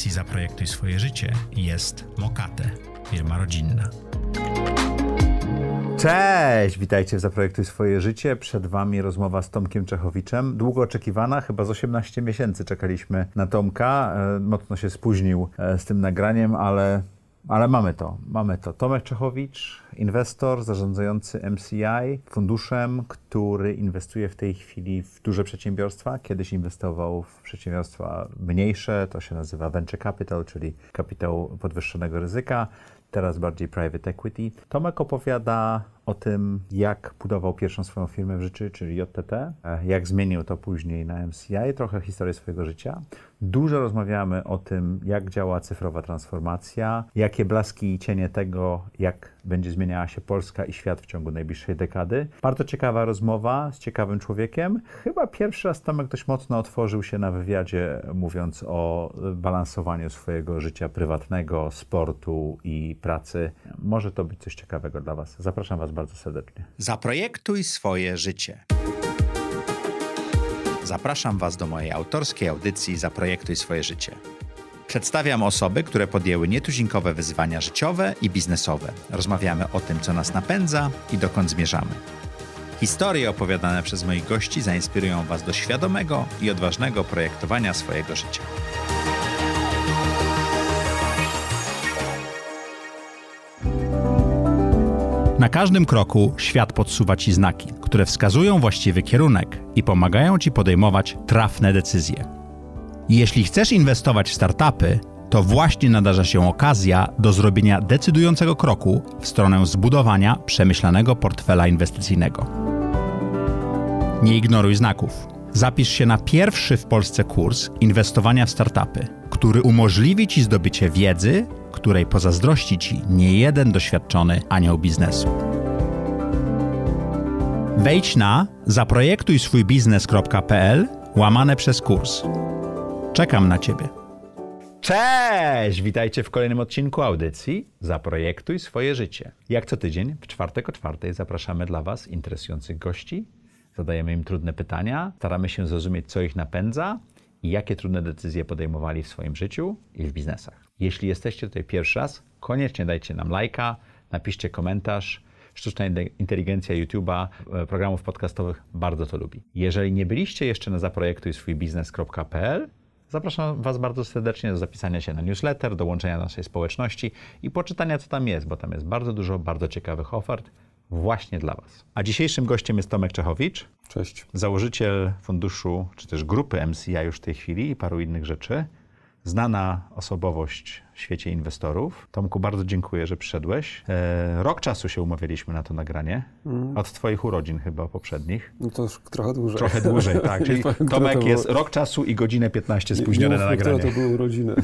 audycji Zaprojektuj swoje życie jest Mokate, firma rodzinna. Cześć! Witajcie w Zaprojektuj swoje życie. Przed wami rozmowa z Tomkiem Czechowiczem. Długo oczekiwana, chyba z 18 miesięcy czekaliśmy na Tomka. Mocno się spóźnił z tym nagraniem, ale mamy to. Tomek Czechowicz, inwestor zarządzający MCI, funduszem, który inwestuje w tej chwili w duże przedsiębiorstwa. Kiedyś inwestował w przedsiębiorstwa mniejsze, to się nazywa venture capital, czyli kapitał podwyższonego ryzyka. Teraz bardziej private equity. Tomek opowiada o tym, jak budował pierwszą swoją firmę w życiu, czyli JTT, jak zmienił to później na MCI, trochę historię swojego życia. Dużo rozmawiamy o tym, jak działa cyfrowa transformacja, jakie blaski i cienie tego, jak będzie zmieniała się Polska i świat w ciągu najbliższej dekady. Bardzo ciekawa rozmowa z ciekawym człowiekiem. Chyba pierwszy raz Tomek dość mocno otworzył się na wywiadzie, mówiąc o balansowaniu swojego życia prywatnego, sportu i pracy. Może to być coś ciekawego dla was. Zapraszam was bardzo serdecznie. Zaprojektuj swoje życie. Zapraszam was do mojej autorskiej audycji Zaprojektuj swoje życie. Przedstawiam osoby, które podjęły nietuzinkowe wyzwania życiowe i biznesowe. Rozmawiamy o tym, co nas napędza i dokąd zmierzamy. Historie opowiadane przez moich gości zainspirują was do świadomego i odważnego projektowania swojego życia. Na każdym kroku świat podsuwa ci znaki, które wskazują właściwy kierunek i pomagają ci podejmować trafne decyzje. Jeśli chcesz inwestować w startupy, to właśnie nadarza się okazja do zrobienia decydującego kroku w stronę zbudowania przemyślanego portfela inwestycyjnego. Nie ignoruj znaków. Zapisz się na pierwszy w Polsce kurs inwestowania w startupy, który umożliwi ci zdobycie wiedzy, której pozazdrości ci niejeden doświadczony anioł biznesu. Wejdź na zaprojektujswójbiznes.pl/kurs. Czekam na ciebie. Cześć! Witajcie w kolejnym odcinku audycji Zaprojektuj swoje życie. Jak co tydzień, w czwartek o 4:00 zapraszamy dla was interesujących gości. Zadajemy im trudne pytania, staramy się zrozumieć, co ich napędza i jakie trudne decyzje podejmowali w swoim życiu i w biznesach. Jeśli jesteście tutaj pierwszy raz, koniecznie dajcie nam lajka, napiszcie komentarz. Sztuczna inteligencja YouTube'a, programów podcastowych bardzo to lubi. Jeżeli nie byliście jeszcze na zaprojektujswójbiznes.pl, zapraszam was bardzo serdecznie do zapisania się na newsletter, dołączenia do naszej społeczności i poczytania, co tam jest, bo tam jest bardzo dużo bardzo ciekawych ofert właśnie dla was. A dzisiejszym gościem jest Tomek Czechowicz. Cześć. Założyciel funduszu, czy też grupy MCI już w tej chwili i paru innych rzeczy. Znana osobowość w świecie inwestorów. Tomku, bardzo dziękuję, że przyszedłeś. Rok czasu się umawialiśmy na to nagranie. Od twoich urodzin chyba poprzednich. No to już trochę dłużej. Trochę dłużej, tak. Czyli Tomek jest rok czasu i godzinę 15 spóźniony na nagranie. Które to były urodziny.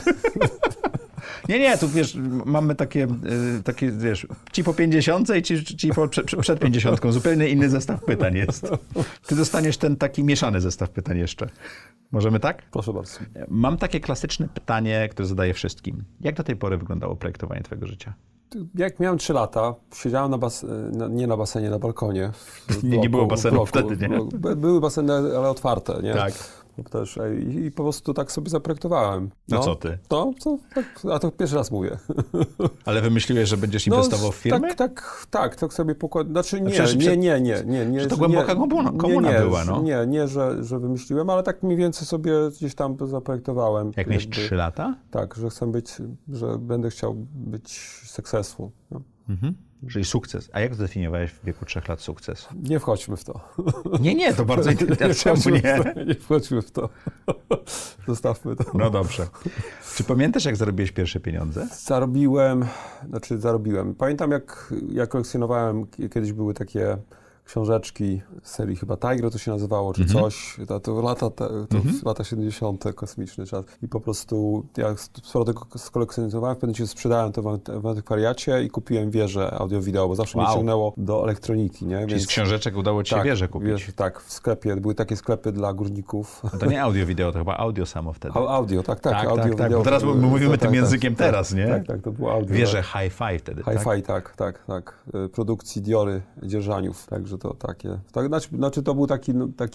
Nie, tu wiesz, mamy takie wiesz, ci po 50 i ci przed 50. Zupełnie inny zestaw pytań jest. Ty dostaniesz ten taki mieszany zestaw pytań jeszcze. Możemy tak? Proszę bardzo. Mam takie klasyczne pytanie, które zadaję wszystkim. Jak do tej pory wyglądało projektowanie twojego życia? Jak miałem 3 lata, siedziałem nie na basenie, na balkonie. Nie było basenu wtedy, nie? Były baseny, ale otwarte, nie? Tak. Też, i po prostu tak sobie zaprojektowałem. No co ty? Tak, a to pierwszy raz mówię. Ale wymyśliłeś, że będziesz inwestował w firmy? Tak sobie pokładam. Znaczy nie. Że to głęboka komuna była, no. Nie, że wymyśliłem, ale tak mniej więcej sobie gdzieś tam zaprojektowałem. Jak miałeś 3 lata? Tak, że będę chciał być successful. No. Mhm. Czyli sukces. A jak zdefiniowałeś w wieku 3 lat sukces? Nie wchodźmy w to. Nie, to bardzo interesujące. Nie wchodźmy w to. Zostawmy to. No dobrze. Czy pamiętasz, jak zarobiłeś pierwsze pieniądze? Zarobiłem. Pamiętam, jak kolekcjonowałem, kiedyś były takie książeczki z serii chyba Tiger to się nazywało, czy coś. To lata 70. kosmiczny czas. I po prostu ja sporo tego skolekcjonowałem, w pewnym momencie sprzedałem to w antykwariacie i kupiłem wieżę audio-wideo, bo zawsze mnie ciągnęło do elektroniki, nie? Czyli z książeczek udało ci się wieżę kupić? Tak, w sklepie. Były takie sklepy dla górników. No to nie audio-wideo, to chyba audio samo wtedy. Audio, tak. Bo teraz mówimy tym językiem teraz, nie? Tak, to było audio. Wieże hi-fi wtedy, Hi-fi, tak. Produkcji Diory Dzierżaniów. Także że to takie... Znaczy to był taki...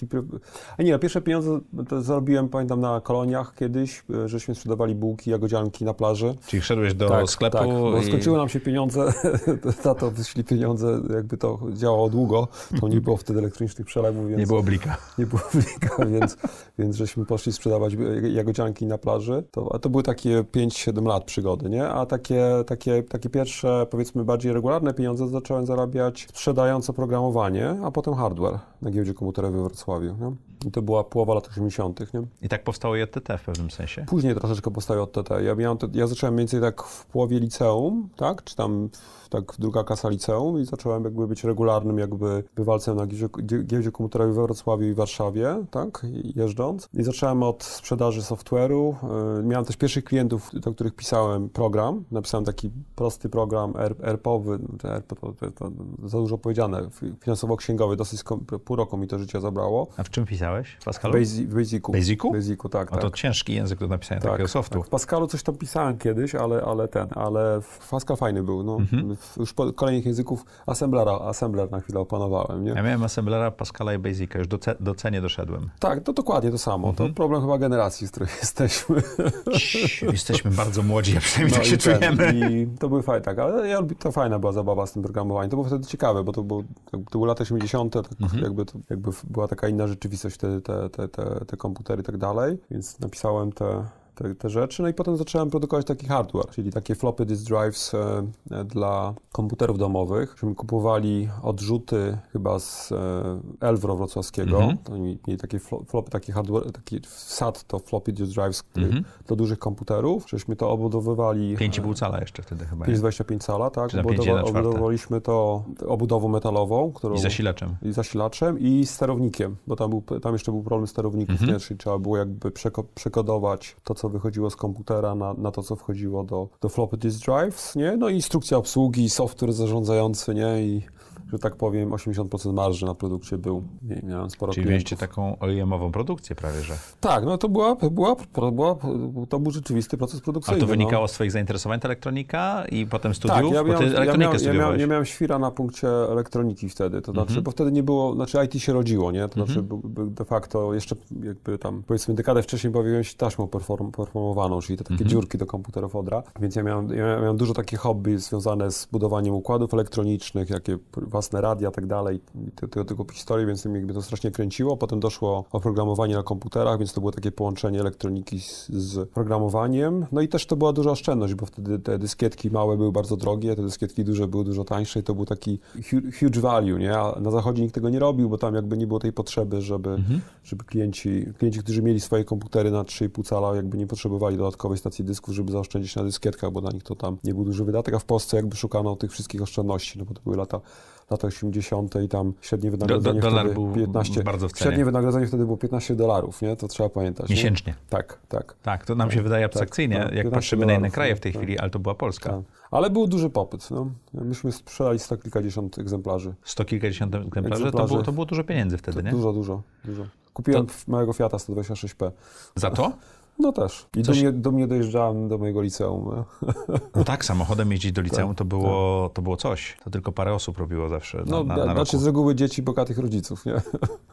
A nie, pierwsze pieniądze to zarobiłem, pamiętam, na koloniach kiedyś, żeśmy sprzedawali bułki, jagodzianki na plaży. Czyli wszedłeś do sklepu bo skończyły nam się pieniądze, tato wyszli pieniądze, jakby to działało długo, to nie było wtedy elektronicznych przelewów, więc... Nie było blika. Nie było blika, więc żeśmy poszli sprzedawać jagodzianki na plaży. To były takie 5-7 lat przygody, nie? A takie pierwsze, powiedzmy, bardziej regularne pieniądze zacząłem zarabiać sprzedając oprogramowanie, a potem hardware na giełdzie komputerowej we Wrocławiu, nie? I to była połowa lat 80., nie? I tak powstało JTT w pewnym sensie? Później troszeczkę powstało JTT. Ja zacząłem mniej więcej tak w połowie liceum, tak? Czy tam tak druga klasa liceum i zacząłem jakby być regularnym jakby bywalcem na giełdzie komputerowej we Wrocławiu i Warszawie, tak? Jeżdżąc. I zacząłem od sprzedaży software'u. Miałem też pierwszych klientów, do których pisałem program. Napisałem taki prosty program ERP-owy, to za dużo powiedziane, finansowo-księgowy, dosyć pół roku mi to życie zabrało. A w czym pisałeś? W Pascalu? W Basicu. Basicu? W Basicu, tak. A to ciężki język do napisania takiego softu. Tak. W Pascalu coś tam pisałem kiedyś, ale Pascal fajny był, no. Już po kolejnych języków Assembler na chwilę opanowałem, nie? Ja miałem Assemblera, Pascala i Basica, już do C nie doszedłem. Tak, to dokładnie to samo. To problem chyba generacji, z której jesteśmy. Jesteśmy bardzo młodzi, a przynajmniej tak się czujemy. I to były fajne, tak, ale to fajna była zabawa z tym programowaniem. To było wtedy ciekawe, bo to były lata 80., tak jakby była taka inna rzeczywistość wtedy, te komputery i tak dalej, więc napisałem te rzeczy. No i potem zacząłem produkować taki hardware, czyli takie floppy disk drives dla komputerów domowych. Żeśmy kupowali odrzuty chyba z Elwro wrocławskiego. To mieli takie flopy, taki hardware, taki SAT to floppy disk drives do dużych komputerów. Żeśmy to obudowywali... 5,5 cala jeszcze wtedy chyba. 5,25 cala, tak. Obudowaliśmy to obudową metalową, którą... I zasilaczem i sterownikiem, bo tam jeszcze był problem sterowników, czyli trzeba było jakby przekodować to, co wychodziło z komputera na to, co wchodziło do floppy disk drives, nie? No i instrukcja obsługi, software zarządzający, nie? I, że tak powiem, 80% marży na produkcie był. Miałem sporo Czyli mieliście taką OEM-ową produkcję prawie, że... Tak, no to był rzeczywisty proces produkcyjny. A to wynikało z twoich zainteresowań ta elektronika i potem studiów? Tak, bo ty elektronikę studiowałeś. Ja miałem świra na punkcie elektroniki wtedy, to znaczy, bo wtedy nie było, IT się rodziło, nie? To znaczy de facto jeszcze jakby tam, powiedzmy, dekadę wcześniej bawiłem się taśmą performowaną, czyli te takie dziurki do komputerów Odra, więc ja miałem dużo takich hobby związane z budowaniem układów elektronicznych, jakie własne radia i tak dalej, tego historii, więc jakby to strasznie kręciło. Potem doszło oprogramowanie na komputerach, więc to było takie połączenie elektroniki z programowaniem. No i też to była duża oszczędność, bo wtedy te dyskietki małe były bardzo drogie, te dyskietki duże były dużo tańsze i to był taki huge value, nie? A na zachodzie nikt tego nie robił, bo tam jakby nie było tej potrzeby, żeby klienci, którzy mieli swoje komputery na 3,5 cala, jakby nie potrzebowali dodatkowej stacji dysków, żeby zaoszczędzić na dyskietkach, bo dla nich to tam nie był duży wydatek, a w Polsce jakby szukano tych wszystkich oszczędności, no bo to były lata 80. i tam średnie wynagrodzenie wtedy był 15, bardzo w cenie. Średnie wynagrodzenie wtedy było $15, nie? To trzeba pamiętać. Miesięcznie. Nie? Tak. Tak, to nam się wydaje abstrakcyjnie, jak patrzymy na inne kraje w tej chwili, ale to była Polska. Tak. Ale był duży popyt, no. Myśmy sprzedali 100 kilkadziesiąt egzemplarzy. 100 kilkadziesiąt egzemplarzy? To było dużo pieniędzy wtedy, nie? Dużo. Kupiłem małego Fiata 126P. Za to? No też. I do mnie dojeżdżałem do mojego liceum. No tak, samochodem jeździć do liceum to było coś. To tylko parę osób robiło zawsze na znaczy z reguły dzieci bogatych rodziców, nie?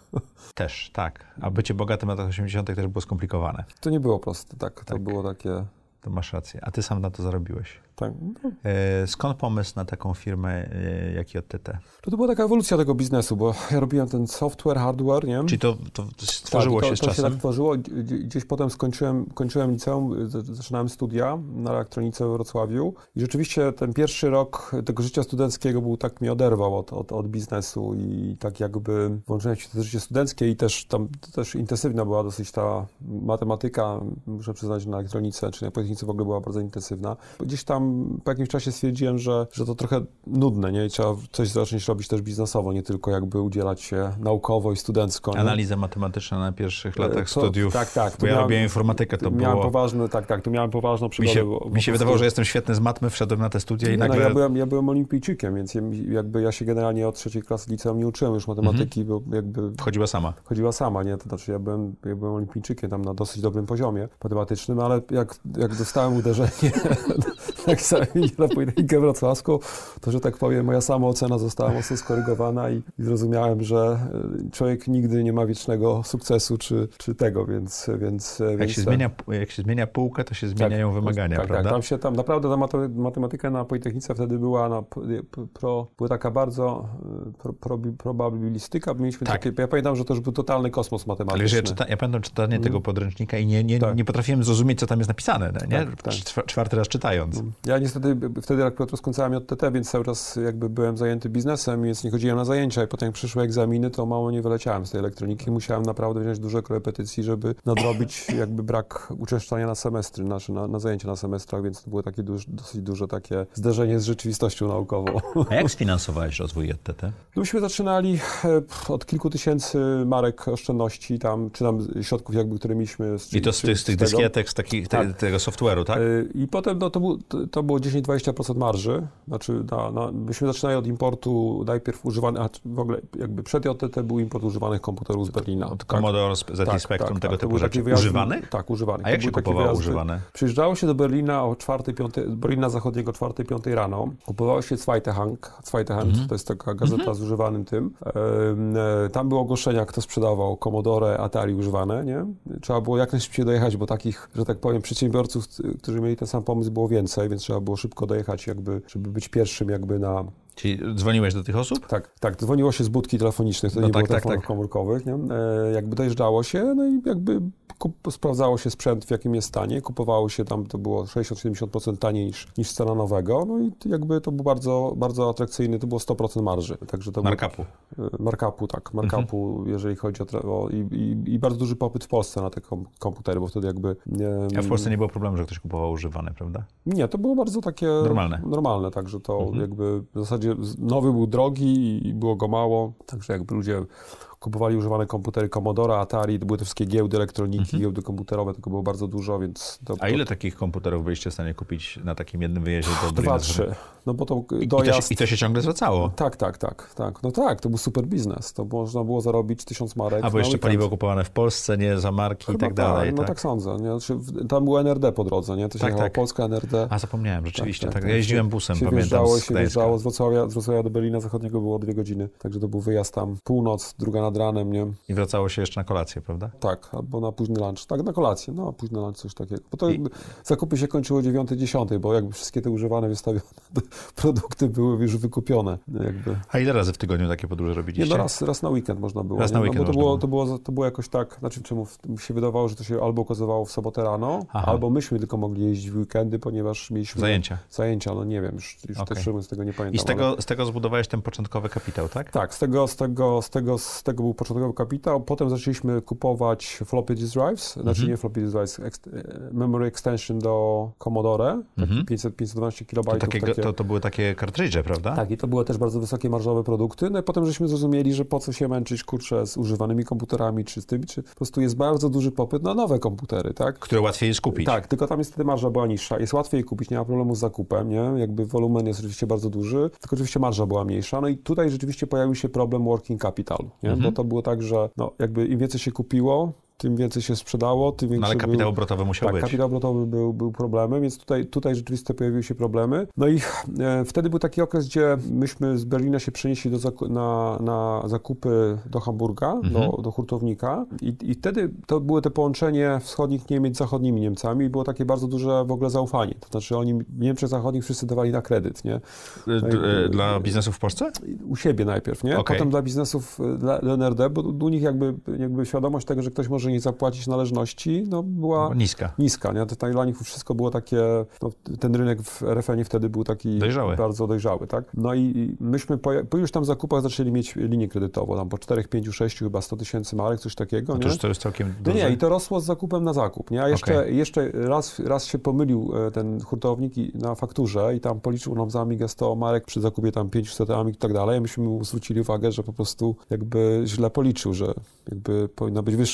Też, tak. A bycie bogatym w latach 80. też było skomplikowane. To nie było proste, tak. To było takie... To masz rację. A ty sam na to zarobiłeś. Tak. Skąd pomysł na taką firmę jak JTT? To była taka ewolucja tego biznesu, bo ja robiłem ten software, hardware, nie? Czyli to stworzyło się z czasem? To się tak tworzyło. Gdzieś potem kończyłem liceum, zaczynałem studia na elektronice w Wrocławiu i rzeczywiście ten pierwszy rok tego życia studenckiego tak mnie oderwał od biznesu i tak jakby włączyłem się w to życie studenckie i też tam też intensywna była dosyć ta matematyka, muszę przyznać, na elektronice czy na politechnice w ogóle była bardzo intensywna. Gdzieś tam po jakimś czasie stwierdziłem, że to trochę nudne, nie? I trzeba coś zacząć robić też biznesowo, nie tylko jakby udzielać się naukowo i studencko. Analiza matematyczna na pierwszych latach studiów. Tak. Bo ja robiłem informatykę, to miałem było... tu miałem poważną przygodę. Mi się wydawało, że jestem świetny z matmy, wszedłem na te studia i nagle... Ja byłem olimpijczykiem, więc jakby ja się generalnie od 3. klasy liceum nie uczyłem już matematyki, bo jakby... Chodziła sama, nie? To znaczy ja byłem olimpijczykiem tam na dosyć dobrym poziomie matematycznym, ale jak dostałem uderzenie jak na Politechnikę Wrocławską, to, że tak powiem, moja samoocena została mocno skorygowana i zrozumiałem, że człowiek nigdy nie ma wiecznego sukcesu czy tego, więc jak się zmienia półkę, to się zmieniają wymagania, prawda? Tam naprawdę ta matematyka na Politechnice wtedy była była taka bardzo probabilistyka. Mieliśmy takie, ja pamiętam, że to już był totalny kosmos matematyczny. Ale ja pamiętam czytanie tego podręcznika i nie potrafiłem zrozumieć, co tam jest napisane, nie? Czwarty raz czytając. Ja niestety wtedy akurat rozkończyłem JTT, więc cały czas jakby byłem zajęty biznesem, więc nie chodziłem na zajęcia i potem jak przyszły egzaminy, to mało nie wyleciałem z tej elektroniki. Musiałem naprawdę wziąć dużo korepetycji, żeby nadrobić jakby brak uczęszczania na semestry, na zajęcia na semestrach, więc to było takie dosyć duże takie zderzenie z rzeczywistością naukową. A jak sfinansowałeś rozwój JTT? No myśmy zaczynali od kilku tysięcy marek oszczędności czy tam środków jakby, które mieliśmy. I to z tych dyskietek, z tego software'u, tak? I potem to było 10-20% marży. Znaczy myśmy zaczynali od importu najpierw używanych, a w ogóle jakby przed JTT był import używanych komputerów z Berlina. Od Commodore, ZT Spectrum, tego typu rzeczy. Używanych? Tak, używanych. A jak się kupowało używane? Przyjeżdżało się do Berlina o 4-5, Berlina Zachodniego 4-5 rano. Kupowało się Zweite Hand, to jest taka gazeta z używanym tym. Tam były ogłoszenia, kto sprzedawał Commodore, Atari używane, nie? Trzeba było jak najszybciej dojechać, bo takich, że tak powiem, przedsiębiorców, którzy mieli ten sam pomysł, było więcej, więc trzeba było szybko dojechać jakby, żeby być pierwszym jakby na... Czyli dzwoniłeś do tych osób? Tak, dzwoniło się z budki telefonicznych, to nie było telefonów komórkowych, nie? Jakby dojeżdżało się, no i jakby sprawdzało się sprzęt, w jakim jest stanie, kupowało się tam, to było 60-70% taniej niż cena nowego, no i jakby to był bardzo, bardzo atrakcyjny, to było 100% marży. Także to markupu. Markupu, jeżeli chodzi i bardzo duży popyt w Polsce na te komputery, bo wtedy jakby... A w Polsce nie było problemu, że ktoś kupował używane, prawda? Nie, to było bardzo takie... Normalne, także to jakby w zasadzie nowy był drogi i było go mało, także jakby ludzie kupowali używane komputery Commodore, Atari, to były te wszystkie giełdy elektroniki, giełdy komputerowe, tego było bardzo dużo, więc... A ile takich komputerów byliście w stanie kupić na takim jednym wyjeździe do Berlina? 2-3. No bo to dojazd... I to się ciągle zwracało? Tak. No tak, to był super biznes. To można było zarobić 1000 marek. A bo jeszcze paliwo kupowane w Polsce, nie za marki chyba i tak dalej. No tak sądzę. Nie? Tam było NRD po drodze, nie? To się jechało Polska NRD. A zapomniałem, rzeczywiście. Tak. Ja jeździłem busem, pamiętam. Się wjeżdżało z Wrocławia do Berlina Zachodniego było 2 godziny. Także to był wyjazd tam północ, druga nad ranem, nie? I wracało się jeszcze na kolację, prawda? Tak, albo na późny lunch. Tak, na kolację, późny lunch, coś takiego. Bo to zakupy się kończyło 9-10, bo jakby wszystkie te używane, wystawione produkty były już wykupione. Jakby. A ile razy w tygodniu takie podróże robiliście? Nie, no raz na weekend można było. Raz na weekend to było jakoś tak, znaczy czemu mi się wydawało, że to się albo okazywało w sobotę rano, albo myśmy tylko mogli jeździć w weekendy, ponieważ mieliśmy... Zajęcia, no nie wiem, już też z tego nie pamiętam. I z tego zbudowałeś ten początkowy kapitał, tak? Tak, z tego był początkowy kapitał. Potem zaczęliśmy kupować floppy disk drives, znaczy nie floppy disk drives, memory extension do Commodore, 512 KB. To były takie kartridże, prawda? Tak, i to były też bardzo wysokie marżowe produkty. No i potem żeśmy zrozumieli, że po co się męczyć, z używanymi komputerami, czy po prostu jest bardzo duży popyt na nowe komputery, tak? Które łatwiej jest kupić. Tak, tylko tam niestety marża była niższa. Jest łatwiej kupić, nie ma problemu z zakupem, nie? Jakby wolumen jest oczywiście bardzo duży, tylko oczywiście marża była mniejsza. No i tutaj rzeczywiście pojawił się problem working capital, nie? Bo to było tak, że jakby im więcej się kupiło, tym więcej się sprzedało, tym większy ale kapitał obrotowy musiał być. Tak, kapitał obrotowy był problemem, więc tutaj rzeczywiście pojawiły się problemy. No i wtedy był taki okres, gdzie myśmy z Berlina się przenieśli na zakupy do Hamburga, do hurtownika i wtedy to było to połączenie wschodnich Niemiec z zachodnimi Niemcami i było takie bardzo duże w ogóle zaufanie. To znaczy oni w Niemczech Zachodnich wszyscy dawali na kredyt, nie? Dla biznesów w Polsce? U siebie najpierw, nie? Okay. Potem dla biznesów dla NRD, bo u nich jakby świadomość tego, że ktoś może nie zapłacić należności, była niska, nie? To dla nich wszystko było takie, ten rynek w RFN-ie wtedy był taki bardzo dojrzały, tak? No i myśmy po już tam zakupach zaczęli mieć linię kredytową, tam po 4, 5, 6 chyba 100 000 marek, coś takiego, nie? To jest całkiem duże. Nie, i to rosło z zakupem na zakup, nie? A jeszcze raz się pomylił ten hurtownik na fakturze i tam policzył nam za Amigę 100 marek przy zakupie tam 500 Amig i tak dalej, a myśmy mu zwrócili uwagę, że po prostu jakby źle policzył, że jakby powinna być wyższa cena.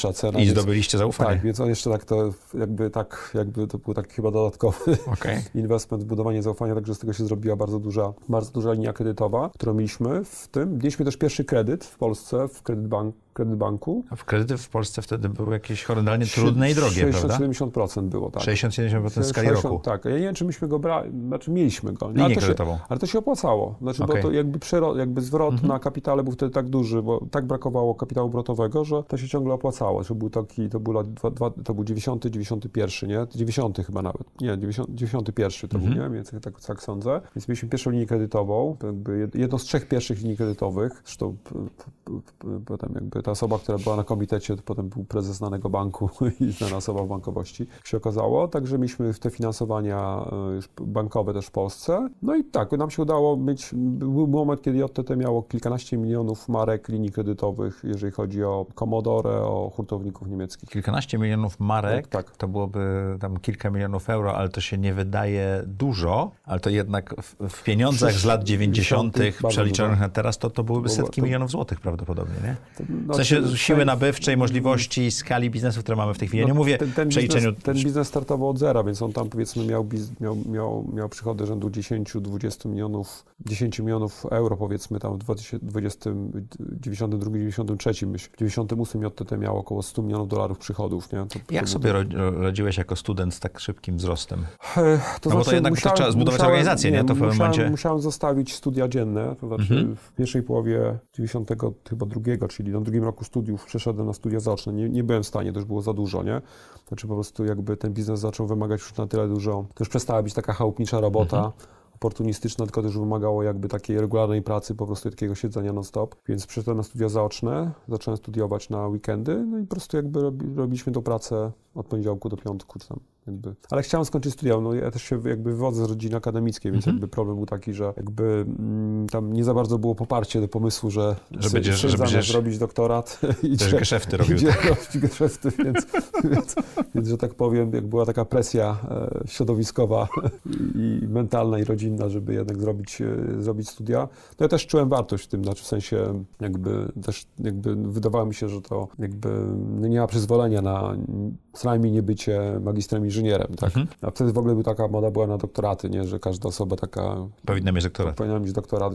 I zdobyliście zaufanie. Tak, więc on jeszcze jakby to był taki chyba dodatkowy inwestment w budowanie zaufania, także z tego się zrobiła bardzo duża linia kredytowa, którą mieliśmy w tym. Mieliśmy też pierwszy kredyt w Polsce, w Kredytbanku. A w kredyty w Polsce wtedy były jakieś horrendalnie trudne i drogie, prawda? 60-70% było, tak. 60-70% w skali roku. Tak, ja nie wiem, czy myśmy go brali, znaczy mieliśmy go. Linię kredytową. Ale to się opłacało, znaczy, bo to jakby zwrot na kapitale był wtedy tak duży, bo tak brakowało kapitału obrotowego, że to się ciągle opłacało, że był taki, to był 91, nie? 90 chyba nawet, nie, 91 to był, nie? Więc tak sądzę. Więc mieliśmy pierwszą linię kredytową, jakby jedną z 3 pierwszych linii kredytowych, zresztą potem jakby ta osoba, która była na komitecie, to potem był prezes znanego banku i znana osoba w bankowości, jak się okazało. Także mieliśmy te finansowania już bankowe też w Polsce. No i tak, nam się udało mieć, był moment, kiedy JTT miało kilkanaście milionów marek linii kredytowych, jeżeli chodzi o Commodore, o hurtowników niemieckich. Kilkanaście milionów marek, tak. To byłoby tam kilka milionów euro, ale to się nie wydaje dużo, ale to jednak w pieniądzach z lat 90. przeliczonych na teraz, to byłyby setki milionów złotych prawdopodobnie, nie? W sensie siły nabywczej, możliwości, skali biznesu, które mamy w tej chwili. Ja nie mówię w przeliczeniu... Ten biznes startował od zera, więc on tam powiedzmy miał przychody rzędu 10-20 milionów, 10 milionów euro powiedzmy tam w 1992-1993. W 1998 JTT miał około 100 milionów dolarów przychodów, nie? Jak sobie radziłeś jako student z tak szybkim wzrostem? Bo to jednak trzeba zbudować organizację, nie? To w pewnym momencie... Musiałem zostawić studia dzienne, to znaczy w pierwszej połowie 92, czyli na drugim roku studiów przeszedłem na studia zaoczne. Nie byłem w stanie, to już było za dużo, nie? Znaczy po prostu jakby ten biznes zaczął wymagać już na tyle dużo, to już przestała być taka chałupnicza robota, oportunistyczna, tylko też wymagało jakby takiej regularnej pracy, po prostu takiego siedzenia non-stop. Więc przeszedłem na studia zaoczne, zacząłem studiować na weekendy, no i po prostu jakby robiliśmy tą pracę od poniedziałku do piątku, czy tam jakby. Ale chciałem skończyć studia, no ja też się jakby wywodzę z rodziny akademickiej, więc jakby problem był taki, że jakby tam nie za bardzo było poparcie do pomysłu, że będziesz robić doktorat i też geszefty robił. Robić geszefty, więc, że tak powiem, jak była taka presja środowiskowa i mentalna i rodzinna, żeby jednak zrobić studia. No ja też czułem wartość w tym, znaczy w sensie jakby wydawało mi się, że to jakby nie ma przyzwolenia na co najmniej nie bycie magistrem inżynierem, tak? A wtedy w ogóle taka moda była na doktoraty, nie? Że każda osoba taka... Powinna mieć doktorat. Powinna mieć doktorat,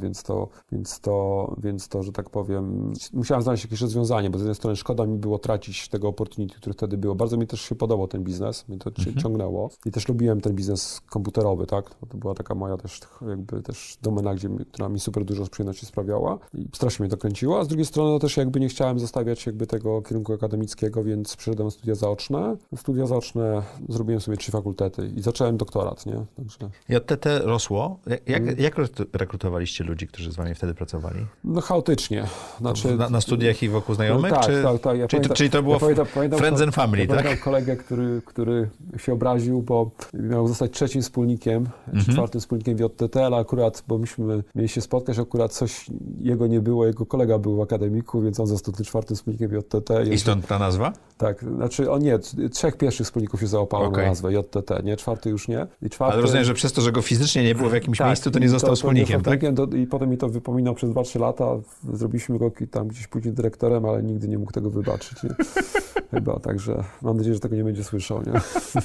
więc to, że tak powiem, musiałem znaleźć jakieś rozwiązanie, bo z jednej strony szkoda mi było tracić tego opportunity, które wtedy było. Bardzo mi też się podobał ten biznes, mnie to ciągnęło i też lubiłem ten biznes komputerowy, tak? To była taka moja też jakby też domena, która mi super dużo przyjemności sprawiała i strasznie mnie to kręciło, a z drugiej strony no też jakby nie chciałem zostawiać jakby tego kierunku akademickiego, więc przyszedłem na studia zaoczne. Studia zaoczne zrobiłem sobie 3 fakultety i zacząłem doktorat, nie? Także... JTT rosło. Jak rekrutowaliście ludzi, którzy z wami wtedy pracowali? No chaotycznie. Znaczy, na studiach i wokół znajomych? Tak. Czyli to było friends and family, tak? Pamiętam kolegę, który się obraził, bo miał zostać 3. wspólnikiem, czy 4. wspólnikiem w JTT, ale akurat, bo myśmy mieli się spotkać, akurat coś jego nie było, jego kolega był w akademiku, więc on został tym 4. wspólnikiem w JTT. I stąd ta nazwa? Tak, znaczy 3 pierwszych wspólników się załapało na nazwę JTT, nie? 4. już nie. Ale rozumiem, że przez to, że go fizycznie nie było w jakimś miejscu, to nie został wspólnikiem, tak? I potem mi to wypominał przez 2-3 lata. Zrobiliśmy go tam gdzieś później dyrektorem, ale nigdy nie mógł tego wybaczyć. Nie? Chyba, także mam nadzieję, że tego nie będzie słyszał, nie?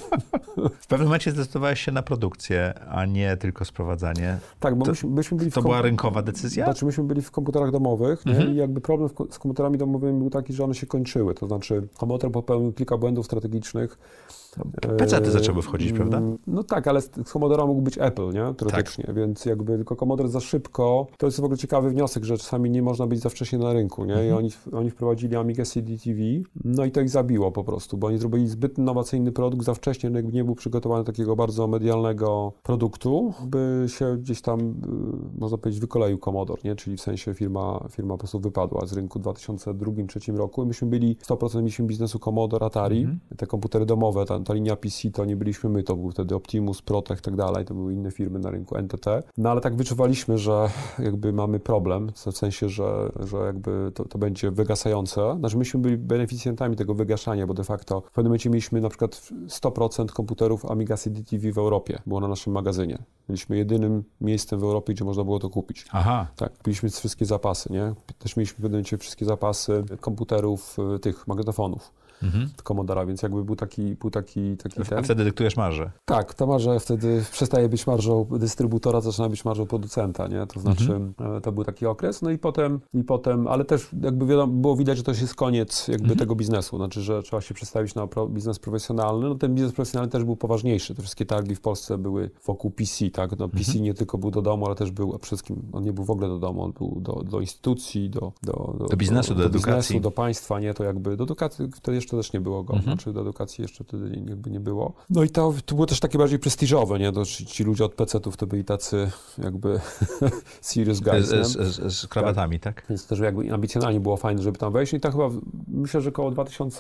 W pewnym momencie zdecydowałeś się na produkcję, a nie tylko sprowadzanie. Tak, bo myśmy byli to była rynkowa decyzja? Znaczy, myśmy byli w komputerach domowych, nie? I jakby problem z komputerami domowymi był taki, że one się kończyły. To znaczy, komputer popełnił kilka błędów strategicznych. PC-ty zaczęły wchodzić, prawda? No tak, ale z Commodora mógł być Apple, nie? Teoretycznie, tak. Więc jakby tylko Commodore za szybko. To jest w ogóle ciekawy wniosek, że czasami nie można być za wcześnie na rynku, nie? I oni wprowadzili Amigę CDTV, no i to ich zabiło po prostu, bo oni zrobili zbyt innowacyjny produkt, za wcześnie rynek nie był przygotowany do takiego bardzo medialnego produktu, by się gdzieś tam, można powiedzieć, wykoleił Commodore, nie? Czyli w sensie firma po prostu wypadła z rynku w 2002-2003 roku i myśmy byli 100% mieliśmy biznesu Commodore, Atari, te komputery domowe, ta linia PC to nie byliśmy my, to był wtedy Optimus, Protech i tak dalej, to były inne firmy na rynku NTT. No ale tak wyczuwaliśmy, że jakby mamy problem, w sensie, że jakby to będzie wygasające. Znaczy myśmy byli beneficjentami tego wygaszania, bo de facto w pewnym momencie mieliśmy na przykład 100% komputerów Amiga CDTV w Europie, było na naszym magazynie. Byliśmy jedynym miejscem w Europie, gdzie można było to kupić. Aha. Tak, kupiliśmy wszystkie zapasy, nie? Też mieliśmy w pewnym momencie wszystkie zapasy komputerów, tych magnetofonów. Commodora, więc jakby był taki A wtedy dyktujesz marżę. Tak, ta marża wtedy przestaje być marżą dystrybutora, zaczyna być marżą producenta, nie? To znaczy, to był taki okres, no i potem, ale też jakby wiadomo, było widać, że to jest koniec jakby tego biznesu, znaczy, że trzeba się przestawić na biznes profesjonalny, no ten biznes profesjonalny też był poważniejszy, te wszystkie targi w Polsce były wokół PC, tak? No PC nie tylko był do domu, ale też był, a przede wszystkim on nie był w ogóle do domu, on był do instytucji, do biznesu, do edukacji. Biznesu, do państwa, nie? To jakby do edukacji wtedy jeszcze też nie było go, znaczy do edukacji jeszcze wtedy jakby nie było. No i to było też takie bardziej prestiżowe, nie? Ci ludzie od PC-ów to byli tacy jakby serious guys, z krawatami, tak? Więc też jakby ambicjonalnie było fajne, żeby tam wejść. I tak chyba, myślę, że około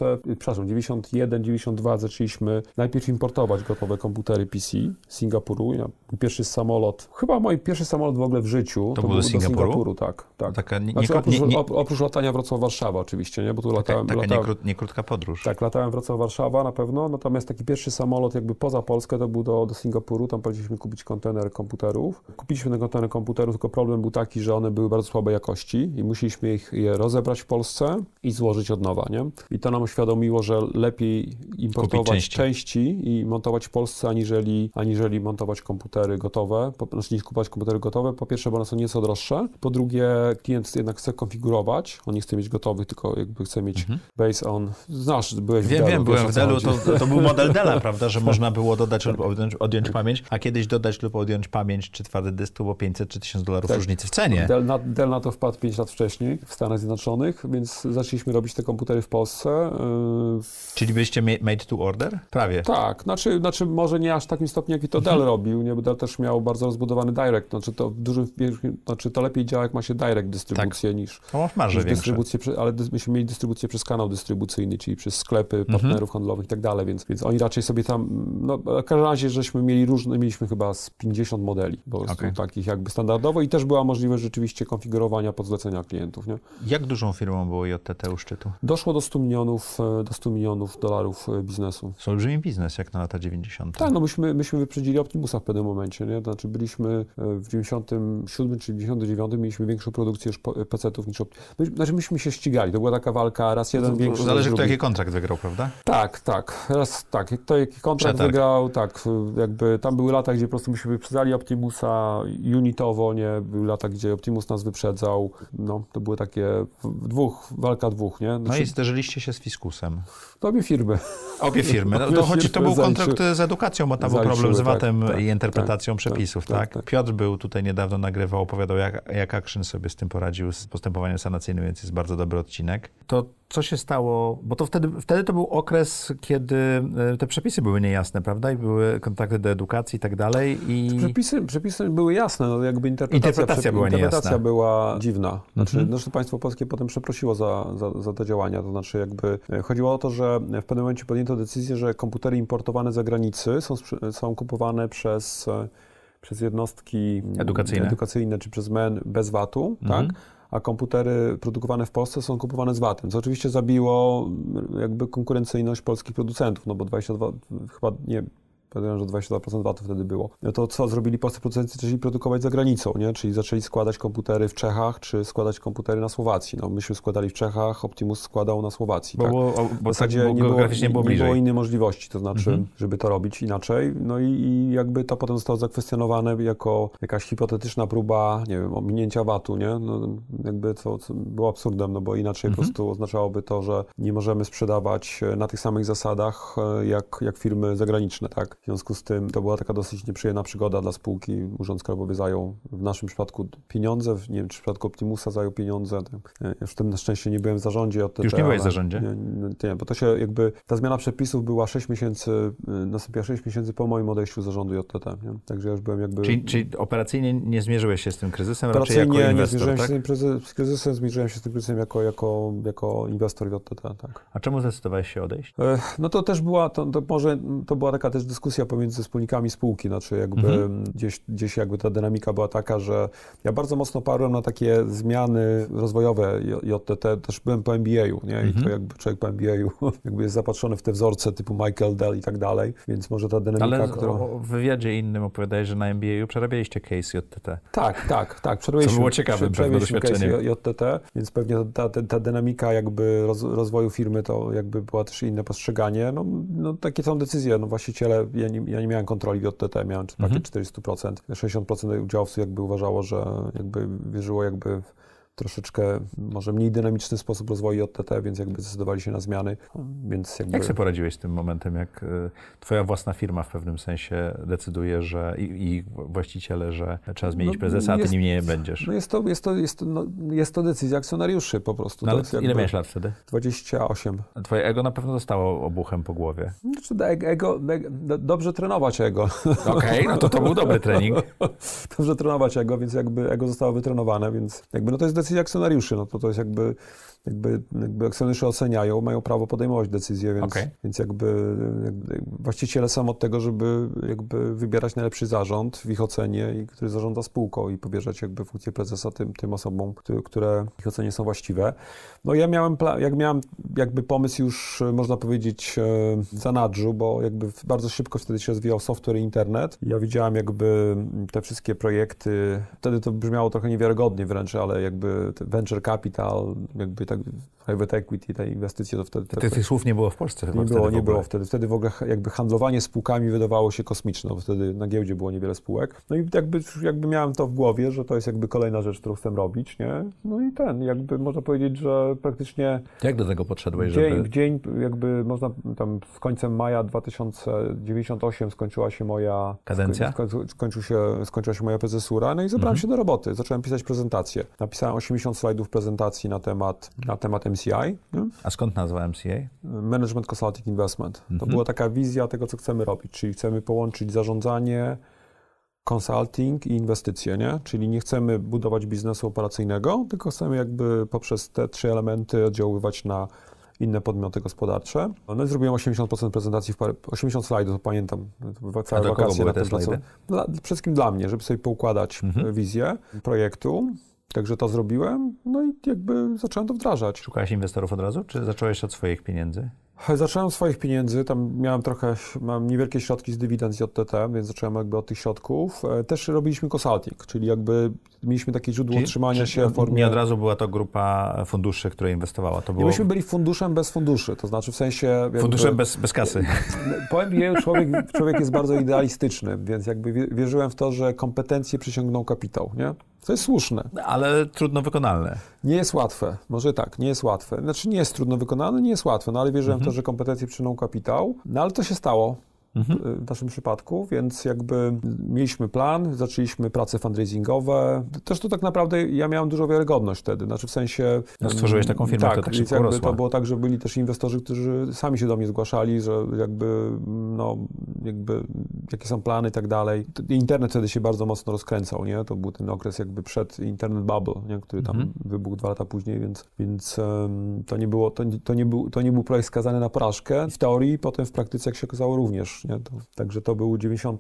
91, 92 zaczęliśmy najpierw importować gotowe komputery PC z Singapuru. Mój pierwszy samolot, chyba mój pierwszy samolot w ogóle w życiu, to był do Singapuru? Tak. Taka oprócz latania Wrocław-Warszawa oczywiście, nie? Bo tu nie krótka podróż. Tak, latałem Wrocław-Warszawa na pewno, natomiast taki pierwszy samolot jakby poza Polskę to był do Singapuru, tam powinniśmy kupić kontener komputerów. Kupiliśmy ten kontener komputerów, tylko problem był taki, że one były bardzo słabej jakości i musieliśmy je rozebrać w Polsce i złożyć od nowa, nie? I to nam uświadomiło, że lepiej importować części i montować w Polsce, aniżeli montować komputery gotowe, znaczy nie kupować komputery gotowe. Po pierwsze, bo one są nieco droższe. Po drugie, klient jednak chce konfigurować, on nie chce mieć gotowych, tylko jakby chce mieć based on... Byłeś w Dellu. Wiem, byłem w Dellu, to był model Della, prawda, że można było dodać lub odjąć pamięć, a kiedyś dodać lub odjąć pamięć czy twardy dysk to było 500 czy 1000 dolarów różnicy w cenie. Dell na to wpadł 5 lat wcześniej w Stanach Zjednoczonych, więc zaczęliśmy robić te komputery w Polsce. Czyli byliście made to order? Prawie. Tak, znaczy może nie aż w takim stopniu, jaki to Dell robił, nie, bo Dell też miał bardzo rozbudowany direct, znaczy to lepiej działa, jak ma się direct dystrybucję niż dystrybucję, ale myśmy mieli dystrybucję przez kanał dystrybucyjny, czyli przez sklepy, partnerów handlowych i tak dalej, więc oni raczej sobie tam, no w każdym razie, żeśmy mieliśmy chyba z 50 modeli, po prostu takich jakby standardowo i też była możliwość rzeczywiście konfigurowania pod zlecenia klientów, nie? Jak dużą firmą było JTT u szczytu? Doszło do 100 milionów dolarów biznesu. To olbrzymi biznes, jak na lata 90. Tak, no myśmy wyprzedzili Optimusa w pewnym momencie, nie? Znaczy byliśmy w 97 czy 99 mieliśmy większą produkcję już PC-ów niż Znaczy myśmy się ścigali, to była taka walka, raz jeden większy. Zależy, kto jaki kontrakt wygrał, prawda? Tak. Raz tak, kto jaki kontrakt wygrał, tak, jakby tam były lata, gdzie po prostu myśmy wyprzedzali Optimusa unitowo, nie? Były lata, gdzie Optimus nas wyprzedzał, no, to były takie walka dwóch, nie? No i zderzyliście się z Fiskusem. To obie firmy. No, choć to był kontrakt z edukacją, bo tam był problem z VAT-em i interpretacją przepisów, tak? Piotr był tutaj niedawno, nagrywał, opowiadał, jak Action sobie z tym poradził, z postępowaniem sanacyjnym, więc jest bardzo dobry odcinek. To co się stało, bo to wtedy to był okres, kiedy te przepisy były niejasne, prawda? I były kontakty do edukacji i tak dalej. Przepisy były jasne, no jakby interpretacja była dziwna. Znaczy państwo polskie potem przeprosiło za te działania, to znaczy jakby chodziło o to, że w pewnym momencie podjęto decyzję, że komputery importowane z zagranicy są kupowane przez jednostki edukacyjne czy przez MEN bez VAT-u, tak? A komputery produkowane w Polsce są kupowane z VAT-em, co oczywiście zabiło jakby konkurencyjność polskich producentów, no bo 22, chyba nie, że 22% VAT-u wtedy było. No to co zrobili polscy producenci? Zaczęli produkować za granicą, nie? Czyli zaczęli składać komputery w Czechach, czy składać komputery na Słowacji. No myśmy składali w Czechach, Optimus składał na Słowacji. W zasadzie nie było innej możliwości, to znaczy, żeby to robić inaczej. No i jakby to potem zostało zakwestionowane jako jakaś hipotetyczna próba, nie wiem, ominięcia VAT-u, nie? No, jakby co było absurdem, no bo inaczej po prostu oznaczałoby to, że nie możemy sprzedawać na tych samych zasadach jak firmy zagraniczne, tak? W związku z tym to była taka dosyć nieprzyjemna przygoda dla spółki. Urząd Skarbowy zajął w naszym przypadku pieniądze, nie wiem, czy w przypadku Optimusa zajął pieniądze. Już wtedy na szczęście nie byłem w zarządzie JTT. Już nie byłeś w zarządzie? Nie, bo to się jakby, ta zmiana przepisów była 6 miesięcy, nastąpiła 6 miesięcy po moim odejściu z zarządu JTT, nie? Także ja już byłem jakby... Czyli operacyjnie nie zmierzyłeś się z tym kryzysem, raczej jako inwestor, nie zmierzyłem tak? się z kryzysem, zmierzyłem się z tym kryzysem jako inwestor w JTT, tak. A czemu zdecydowałeś się odejść? No to też była, to była taka też dyskusja dyskusja pomiędzy wspólnikami spółki, znaczy jakby gdzieś jakby ta dynamika była taka, że ja bardzo mocno parłem na takie zmiany rozwojowe JTT, też byłem po MBA-u, nie? I to jakby człowiek po MBA-u jakby jest zapatrzony w te wzorce typu Michael Dell i tak dalej, więc może ta dynamika, ale którą... w wywiadzie innym opowiadałeś, że na MBA-u przerabialiście case JTT. Tak. Co było ciekawe, pewne doświadczenie. JTT, więc pewnie ta dynamika jakby rozwoju firmy to jakby była też inne postrzeganie. No takie są decyzje, no właściciele, ja nie miałem kontroli w JTT, miałem pakiet 400%, 60% udziałowców jakby uważało, że jakby wierzyło jakby troszeczkę może mniej dynamiczny sposób rozwoju JTT, więc jakby zdecydowali się na zmiany, więc jakby... Jak sobie poradziłeś z tym momentem, jak twoja własna firma w pewnym sensie decyduje, że i właściciele, że trzeba zmienić prezesa, a ty nim nie będziesz? Jest to decyzja akcjonariuszy po prostu. No, ale ile miałeś lat wtedy? 28. A twoje ego na pewno dostało obuchem po głowie. Dobrze trenować ego. Okej, no to był dobry trening. Dobrze trenować ego, więc jakby ego zostało wytrenowane, więc jakby no to jest decyzja akcjonariuszy, no to jest jakby akcjonariusze oceniają, mają prawo podejmować decyzje, więc jakby właściciele są od tego, żeby jakby wybierać najlepszy zarząd w ich ocenie, i który zarządza spółką i powierzać jakby funkcję prezesa tym osobom, które w ich ocenie są właściwe. No ja miałem jakby pomysł już, można powiedzieć, w zanadrzu, bo jakby bardzo szybko wtedy się rozwijał software i internet. Ja widziałem jakby te wszystkie projekty, wtedy to brzmiało trochę niewiarygodnie wręcz, ale jakby venture capital, jakby tak private equity, te inwestycje, to wtedy... Tych słów nie było w Polsce chyba nie było wtedy. Wtedy w ogóle jakby handlowanie spółkami wydawało się kosmiczne, bo wtedy na giełdzie było niewiele spółek. No i jakby miałem to w głowie, że to jest jakby kolejna rzecz, którą chcę robić, nie? No i jakby można powiedzieć, że praktycznie... Jak do tego podszedłeś, w dzień jakby można tam z końcem maja 2098 skończyła się moja... Kadencja? Skończyła się moja prezesura, no i zabrałem się do roboty. Zacząłem pisać prezentacje. Napisałem 80 slajdów prezentacji na temat MCI. Nie? A skąd nazwa MCI? Management Consulting Investment. To była taka wizja tego, co chcemy robić, czyli chcemy połączyć zarządzanie, consulting i inwestycje, nie? Czyli nie chcemy budować biznesu operacyjnego, tylko chcemy jakby poprzez te 3 elementy oddziaływać na inne podmioty gospodarcze. No i zrobiłem 80% prezentacji, 80 slajdów, pamiętam, całe wakacje na tym pracowałem. Przede wszystkim dla mnie, żeby sobie poukładać wizję projektu. Także to zrobiłem, no i jakby zacząłem to wdrażać. Szukałeś inwestorów od razu, czy zacząłeś od swoich pieniędzy? Zacząłem od swoich pieniędzy, tam mam niewielkie środki z dywidend z JTT, więc zacząłem jakby od tych środków. Też robiliśmy consulting, czyli jakby mieliśmy takie źródło utrzymania się w formie... Nie od razu była to grupa funduszy, która inwestowała, to było... Myśmy byli funduszem bez funduszy, to znaczy w sensie... Jakby, funduszem bez kasy. Po MBA człowiek jest bardzo idealistyczny, więc jakby wierzyłem w to, że kompetencje przyciągną kapitał, nie? To jest słuszne. Ale trudno wykonalne. Nie jest łatwe. Może tak, nie jest łatwe. Znaczy nie jest trudno wykonalne, nie jest łatwe, no ale wierzyłem w to, że kompetencje przyczyną kapitał. No ale to się stało w naszym przypadku, więc jakby mieliśmy plan, zaczęliśmy prace fundraisingowe. Też to tak naprawdę ja miałem dużą wiarygodność wtedy, znaczy w sensie... No, stworzyłeś taką firmę, która tak szybko jakby rosła. To było tak, że byli też inwestorzy, którzy sami się do mnie zgłaszali, że jakby jakie są plany i tak dalej. Internet wtedy się bardzo mocno rozkręcał, nie? To był ten okres jakby przed internet bubble, nie? Który tam wybuchł 2 lata później, więc to nie był projekt skazany na porażkę. W teorii, potem w praktyce, jak się okazało, również. Nie? Także to był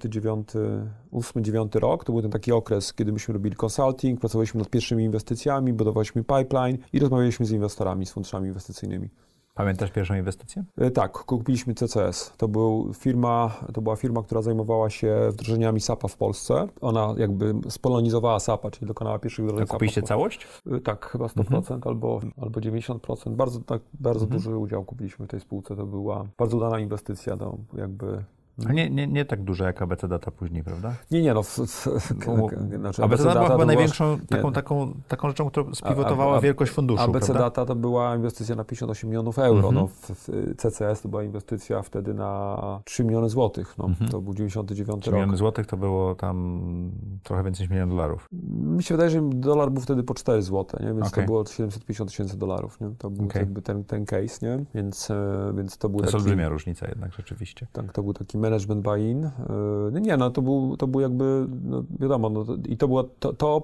8-9 rok, to był ten taki okres, kiedy myśmy robili consulting, pracowaliśmy nad pierwszymi inwestycjami, budowaliśmy pipeline i rozmawialiśmy z inwestorami, z funduszami inwestycyjnymi. Pamiętasz pierwszą inwestycję? Tak, kupiliśmy CCS. To była firma, która zajmowała się wdrożeniami SAP-a w Polsce. Ona jakby spolonizowała SAP-a, czyli dokonała pierwszych wdrożeń SAP-a. Kupiliście całość? Tak, chyba 100% albo 90%. Bardzo duży udział kupiliśmy w tej spółce. To była bardzo udana inwestycja. To jakby... A nie tak duża jak ABC Data później, prawda? Nie, no. Znaczy ABC Data była chyba największą taką rzeczą, która spiwotowała wielkość funduszu, ABC prawda? Data to była inwestycja na 58 milionów euro. No, w CCS to była inwestycja wtedy na 3 miliony złotych. No, to był 99 rok. 3 miliony złotych to było tam trochę więcej niż $1 milion. Mi się wydaje, że dolar był wtedy po 4 złote, nie? Więc to było $750 000, nie? To był jakby ten case, nie? Więc to był to jest olbrzymia różnica jednak rzeczywiście. Tak, to był taki management buy-in. Nie, no to był jakby, no wiadomo, no i to było to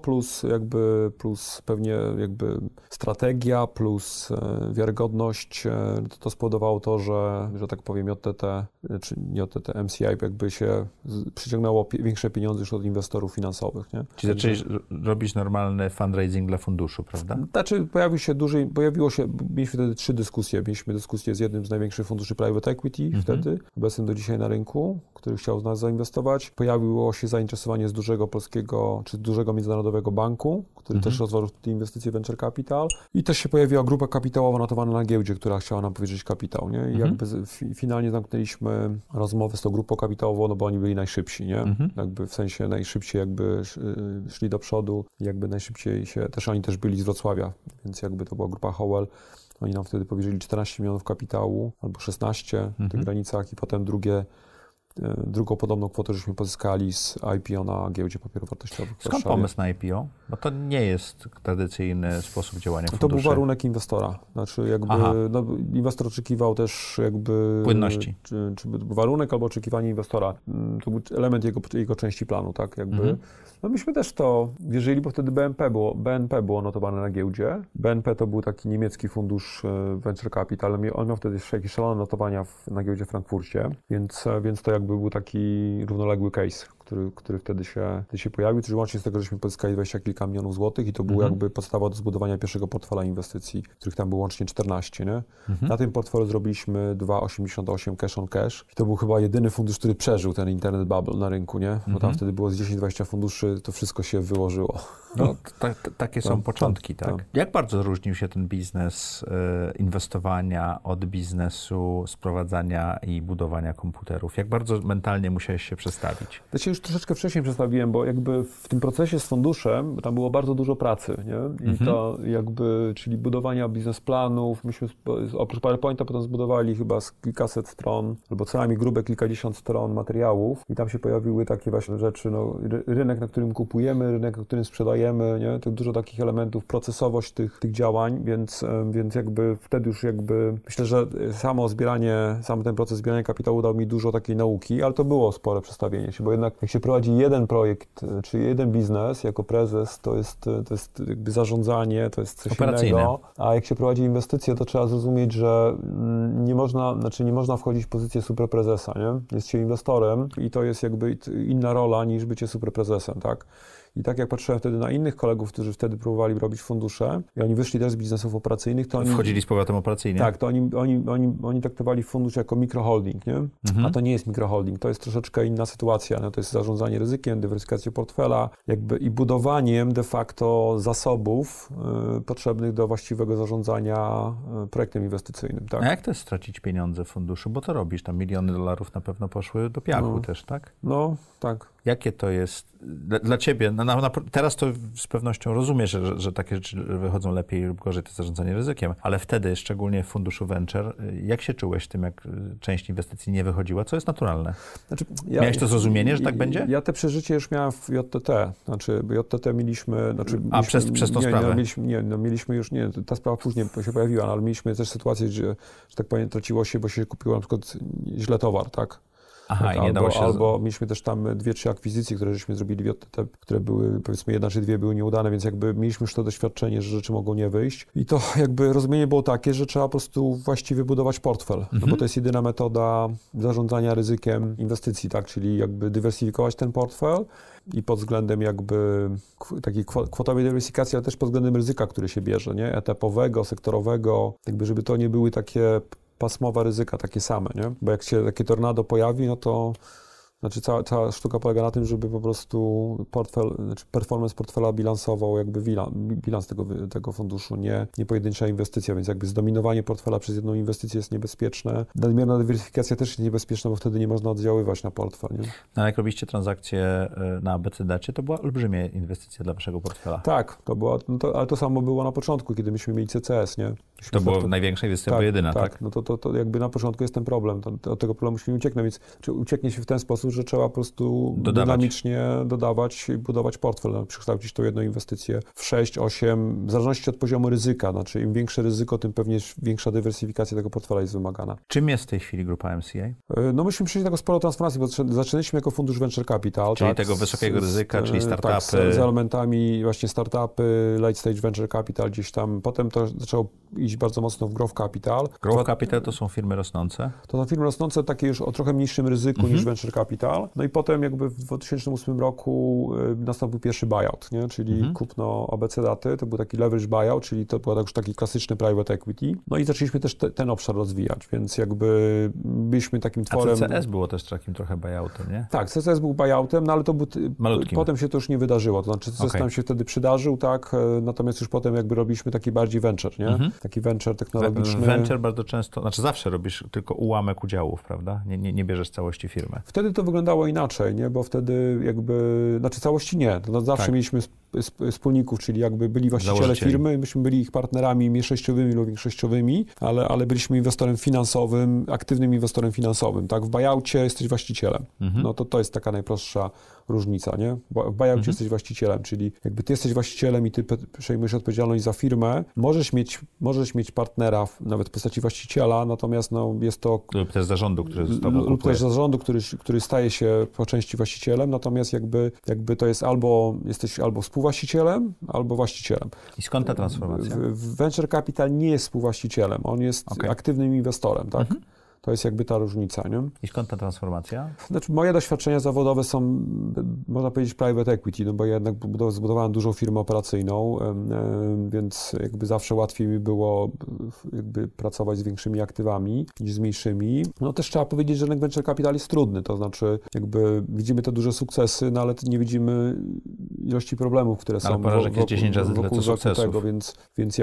plus pewnie jakby strategia, plus wiarygodność, to spowodowało to, że tak powiem JTT, czy nie JTT, MCI jakby się przyciągnęło większe pieniądze już od inwestorów finansowych, nie? Czyli zaczęliś robić normalny fundraising dla funduszu, prawda? Znaczy mieliśmy wtedy 3 dyskusje. Mieliśmy dyskusję z jednym z największych funduszy private equity wtedy, obecnym do dzisiaj na rynku, który chciał w nas zainwestować. Pojawiło się zainteresowanie z dużego polskiego, czy dużego międzynarodowego banku, który też rozważał te inwestycje venture capital. I też się pojawiła grupa kapitałowa notowana na giełdzie, która chciała nam powierzyć kapitał, nie? I jakby finalnie zamknęliśmy rozmowę z tą grupą kapitałową, no bo oni byli najszybsi, nie? Jakby w sensie najszybciej jakby szli do przodu, jakby najszybciej oni też byli z Wrocławia, więc jakby to była grupa Howell. Oni nam wtedy powierzyli 14 milionów kapitału, albo 16 w tych granicach i potem drugą podobną kwotę żeśmy pozyskali z IPO na giełdzie papierów wartościowych. Skąd pomysł na IPO? Bo to nie jest tradycyjny sposób działania funduszy. To był warunek inwestora. Znaczy jakby inwestor oczekiwał też jakby... Płynności. Czy warunek albo oczekiwanie inwestora. To był element jego części planu, tak? Jakby. No myśmy też to wierzyli, bo wtedy BNP było notowane na giełdzie. BNP to był taki niemiecki fundusz venture capital. On miał wtedy jakieś szalone notowania na giełdzie w Frankfurcie, więc to jakby był taki równoległy case, który wtedy się pojawił, czyli łącznie z tego, żeśmy pozyskali 20 kilka milionów złotych i to był jakby podstawa do zbudowania pierwszego portfela inwestycji, których tam było łącznie 14, nie? Na tym portfelu zrobiliśmy 2,88 cash on cash i to był chyba jedyny fundusz, który przeżył ten internet bubble na rynku, nie? Bo tam wtedy było z 10-20 funduszy, to wszystko się wyłożyło. No, takie są początki, tak? Jak bardzo różnił się ten biznes inwestowania od biznesu sprowadzania i budowania komputerów? Jak bardzo mentalnie musiałeś się przestawić? Ja się już troszeczkę wcześniej przedstawiłem, bo jakby w tym procesie z funduszem tam było bardzo dużo pracy, nie? I to jakby, czyli budowania biznesplanów, myśmy oprócz PowerPointa potem zbudowali chyba z kilkaset stron, albo co najmniej grube kilkadziesiąt stron materiałów i tam się pojawiły takie właśnie rzeczy, no, rynek, na którym kupujemy, rynek, na którym sprzedajemy, nie? To dużo takich elementów, procesowość tych działań, więc jakby wtedy już jakby, myślę, że sam ten proces zbierania kapitału dał mi dużo takiej nauki, ale to było spore przestawienie się, bo jednak jak się prowadzi jeden projekt, czy jeden biznes jako prezes, to jest jakby zarządzanie, to jest coś innego, a jak się prowadzi inwestycje, to trzeba zrozumieć, że nie można wchodzić w pozycję superprezesa, nie? Jest się inwestorem i to jest jakby inna rola niż bycie superprezesem, tak? I tak jak patrzyłem wtedy na innych kolegów, którzy wtedy próbowali robić fundusze i oni wyszli też z biznesów operacyjnych, to oni... Wchodzili z powrotem operacyjnie. Tak, to oni traktowali fundusz jako mikroholding, nie? A to nie jest mikroholding, to jest troszeczkę inna sytuacja, no? To jest zarządzanie ryzykiem, dywersyfikacją portfela, jakby i budowaniem de facto zasobów potrzebnych do właściwego zarządzania projektem inwestycyjnym, tak? A jak to jest stracić pieniądze w funduszu? Bo to robisz, tam miliony dolarów na pewno poszły do piachu też, tak? No, tak. Jakie to jest dla ciebie? Teraz to z pewnością rozumiesz, że takie rzeczy wychodzą lepiej lub gorzej, to zarządzanie ryzykiem, ale wtedy, szczególnie w funduszu venture, jak się czułeś tym, jak część inwestycji nie wychodziła, co jest naturalne? Znaczy, miałeś to zrozumienie, że tak będzie? Ja te przeżycie już miałem w JTT, bo JTT mieliśmy... przez tą sprawę? Mieliśmy już, ta sprawa później się pojawiła, ale mieliśmy też sytuację, że tak powiem, traciło się, bo się kupiło na przykład źle towar, tak? Aha, i nie dało się... Albo mieliśmy też tam 2-3 akwizycje, które żeśmy zrobili w JTT, które były, powiedzmy, 1 czy 2 były nieudane, więc jakby mieliśmy już to doświadczenie, że rzeczy mogą nie wyjść. I to jakby rozumienie było takie, że trzeba po prostu właściwie budować portfel, no bo to jest jedyna metoda zarządzania ryzykiem inwestycji, tak? Czyli jakby dywersyfikować ten portfel i pod względem jakby takiej kwotowej dywersyfikacji, ale też pod względem ryzyka, które się bierze, nie? Etapowego, sektorowego, jakby żeby to nie były takie pasmowe ryzyka takie same, nie? Bo jak się takie tornado pojawi, no to znaczy cała sztuka polega na tym, żeby po prostu performance portfela bilansował jakby bilans tego funduszu, nie pojedyncza inwestycja, więc jakby zdominowanie portfela przez jedną inwestycję jest niebezpieczne. Nadmierna dywersyfikacja też jest niebezpieczna, bo wtedy nie można oddziaływać na portfel, nie? No, jak robiliście transakcje na BCD, to była olbrzymia inwestycja dla waszego portfela. Tak, to była, ale to samo było na początku, kiedy myśmy mieli CCS, nie? To była największa inwestycja, bo jedyna, tak? No to jakby na początku jest ten problem, od tego problemu się nie ucieknie, więc ucieknie się w ten sposób, że trzeba po prostu dynamicznie dodawać i budować portfel, przekształcić tą jedną inwestycję w 6, 8, w zależności od poziomu ryzyka. Znaczy im większe ryzyko, tym pewnie większa dywersyfikacja tego portfela jest wymagana. Czym jest w tej chwili grupa MCA? No myśmy przeszli taką sporo transformacji, bo zaczynaliśmy jako fundusz Venture Capital. Czyli tego wysokiego ryzyka, czyli startupy. Tak, z elementami właśnie startupy, late stage Venture Capital gdzieś tam. Potem to zaczęło iść bardzo mocno w Growth Capital. Growth Capital to są firmy rosnące? To są firmy rosnące takie już o trochę mniejszym ryzyku niż Venture Capital. No i potem jakby w 2008 roku nastąpił pierwszy buyout, nie? Czyli kupno ABC Daty, to był taki leverage buyout, czyli to był już taki klasyczny private equity. No i zaczęliśmy też ten obszar rozwijać, więc jakby byliśmy takim tworem... A CCS było też takim trochę buyoutem, nie? Tak, CCS był buyoutem, no ale to był... Malutkim. Potem się to już nie wydarzyło, to znaczy CCS nam się wtedy przydarzył, tak, natomiast już potem jakby robiliśmy taki bardziej venture, nie? Taki venture technologiczny. Venture bardzo często, znaczy zawsze robisz tylko ułamek udziałów, prawda? Nie bierzesz całości firmy. Wtedy to wyglądało inaczej, nie? Bo wtedy jakby, znaczy całości nie, to zawsze mieliśmy wspólników, czyli jakby byli właściciele firmy, myśmy byli ich partnerami mniejszościowymi lub większościowymi, ale byliśmy inwestorem finansowym, aktywnym inwestorem finansowym, tak? W buyoutie jesteś właścicielem. No to jest taka najprostsza różnica, nie? W buyoutie jesteś właścicielem, czyli jakby ty jesteś właścicielem i ty przejmujesz odpowiedzialność za firmę, możesz mieć partnera nawet w postaci właściciela, natomiast no jest to... Lub też zarządu, który z tobą lub też zarządu, który staje się po części właścicielem, natomiast jakby to jest jesteś albo współwłaścicielem, albo właścicielem. I skąd ta transformacja? Venture Capital nie jest współwłaścicielem, on jest aktywnym inwestorem, tak? To jest jakby ta różnica, nie? I skąd ta transformacja? Znaczy, moje doświadczenia zawodowe są, można powiedzieć, private equity, no bo ja jednak zbudowałem dużą firmę operacyjną, więc jakby zawsze łatwiej mi było jakby pracować z większymi aktywami niż z mniejszymi. No też trzeba powiedzieć, że rynek venture capital jest trudny, to znaczy jakby widzimy te duże sukcesy, no ale nie widzimy ilości problemów, które są wokół 10 razy tyle co sukcesów. Tego, więc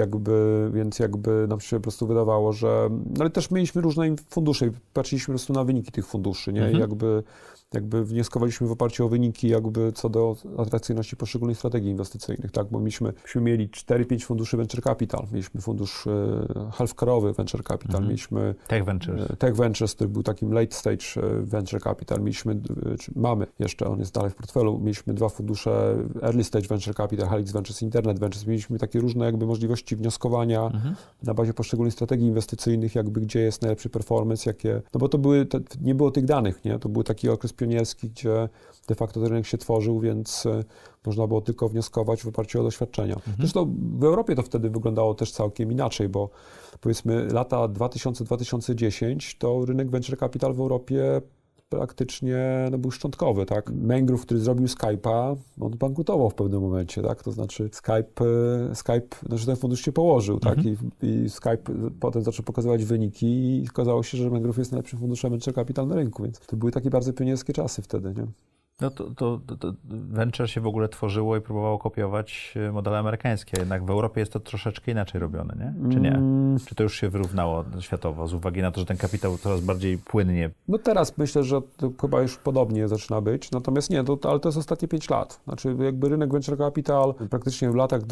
jakby nam się po prostu wydawało, że... No ale też mieliśmy różne fundusze i patrzyliśmy po prostu na wyniki tych funduszy, nie? Jakby wnioskowaliśmy w oparciu o wyniki jakby co do atrakcyjności poszczególnych strategii inwestycyjnych, tak? Bo myśmy mieli 4-5 funduszy Venture Capital, mieliśmy fundusz healthcare'owy Venture Capital, mieliśmy Tech Ventures, który był takim late stage Venture Capital, mamy jeszcze, on jest dalej w portfelu, mieliśmy 2 fundusze early stage Venture Capital, Helix Ventures, Internet Ventures, mieliśmy takie różne jakby możliwości wnioskowania na bazie poszczególnych strategii inwestycyjnych, jakby gdzie jest najlepszy performance, no bo nie było tych danych, nie? To był taki okres pionierski, gdzie de facto ten rynek się tworzył, więc można było tylko wnioskować w oparciu o doświadczenia. Zresztą w Europie to wtedy wyglądało też całkiem inaczej, bo powiedzmy lata 2000-2010 to rynek venture capital w Europie praktycznie był szczątkowy, tak? Mangrove, który zrobił Skype'a, on bankrutował w pewnym momencie, tak? To znaczy Skype, znaczy ten fundusz się położył, tak? I Skype potem zaczął pokazywać wyniki i okazało się, że Mangrove jest najlepszym funduszem venture capital na rynku, więc to były takie bardzo pionierskie czasy wtedy, nie? No to venture się w ogóle tworzyło i próbowało kopiować modele amerykańskie, jednak w Europie jest to troszeczkę inaczej robione, nie? Czy nie? Czy to już się wyrównało światowo z uwagi na to, że ten kapitał coraz bardziej płynnie? No teraz myślę, że to chyba już podobnie zaczyna być, natomiast nie, ale to jest ostatnie 5 lat. Znaczy jakby rynek venture capital praktycznie w latach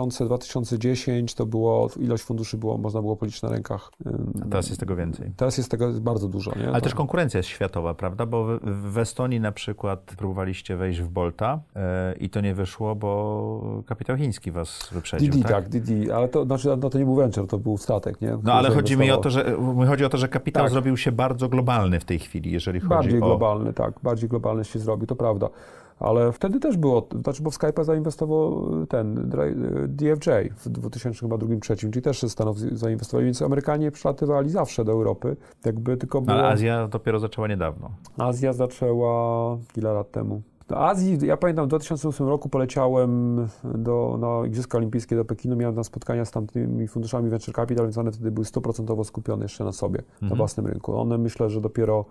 2000-2010 to było, ilość funduszy można było policzyć na rękach. A teraz jest tego więcej. Teraz jest tego bardzo dużo, nie? Ale też konkurencja jest światowa, prawda? Bo w Estonii na przykład próbowaliście wejść w Bolta i to nie wyszło, bo kapitał chiński was wyprzedził, Didi, tak? Didi, ale to znaczy, no to nie był venture, to był statek, nie? No ale chodzi o to, że kapitał zrobił się bardzo globalny w tej chwili, jeżeli chodzi bardziej globalny, tak, bardziej globalny się zrobił, to prawda. Ale wtedy też było, znaczy bo w Skype'a zainwestował DFJ w 2002-2003, czyli też ze Stanów zainwestowali, więc Amerykanie przylatywali zawsze do Europy, jakby tylko było... Ale Azja dopiero zaczęła niedawno. Azja zaczęła ile lat temu? Do Azji, ja pamiętam, w 2008 roku poleciałem na Igrzyska Olimpijskie do Pekinu, miałem tam spotkania z tamtymi funduszami Venture Capital, więc one wtedy były 100% skupione jeszcze na sobie, na własnym rynku. One myślę, że dopiero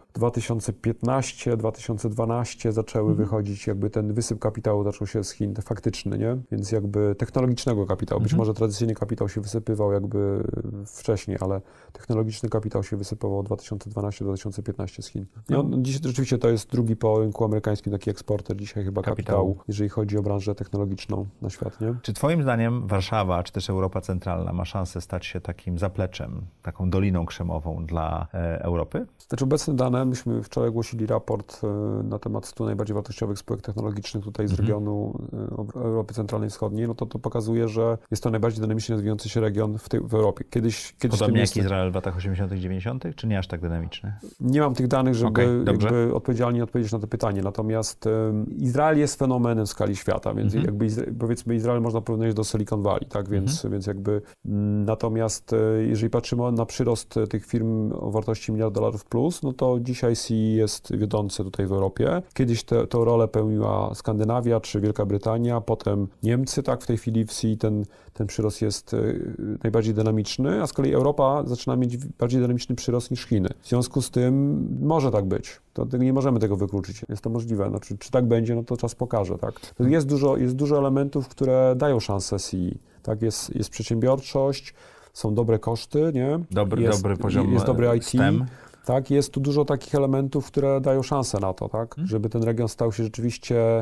2015-2012 zaczęły wychodzić, jakby ten wysyp kapitału zaczął się z Chin, faktyczny, nie? Więc jakby technologicznego kapitału. Być może tradycyjnie kapitał się wysypywał jakby wcześniej, ale technologiczny kapitał się wysypywał 2012-2015 z Chin. I dziś rzeczywiście to jest drugi po rynku amerykańskim taki eksporter 4 dzisiaj chyba kapitału, jeżeli chodzi o branżę technologiczną na świat, nie? Czy twoim zdaniem Warszawa, czy też Europa Centralna ma szansę stać się takim zapleczem, taką doliną krzemową dla Europy? Znaczy obecne dane, myśmy wczoraj ogłosili raport na temat 100 najbardziej wartościowych spółek technologicznych tutaj z regionu Europy Centralnej i Wschodniej, no to pokazuje, że jest to najbardziej dynamicznie rozwijający się region w Europie. Kiedyś podobnie jak Izrael w latach 80., 90., czy nie aż tak dynamiczny? Nie mam tych danych, żeby jakby odpowiedzialnie odpowiedzieć na to pytanie. Natomiast Izrael jest fenomenem w skali świata, więc jakby powiedzmy Izrael można porównać do Silicon Valley, tak? Więc jakby natomiast jeżeli patrzymy na przyrost tych firm o wartości $1 miliard plus, no to dzisiaj CE jest wiodący tutaj w Europie. Kiedyś tę rolę pełniła Skandynawia czy Wielka Brytania, potem Niemcy, tak? W tej chwili w CE ten przyrost jest najbardziej dynamiczny, a z kolei Europa zaczyna mieć bardziej dynamiczny przyrost niż Chiny. W związku z tym może tak być. Nie możemy tego wykluczyć. Jest to możliwe. Znaczy, czy tak będzie, no to czas pokaże, tak? Jest dużo elementów, które dają szansę CE. Tak? Jest przedsiębiorczość, są dobre koszty, nie? Dobry poziom jest dobry IT. STEM. Tak, jest tu dużo takich elementów, które dają szansę na to, tak? Żeby ten region stał się rzeczywiście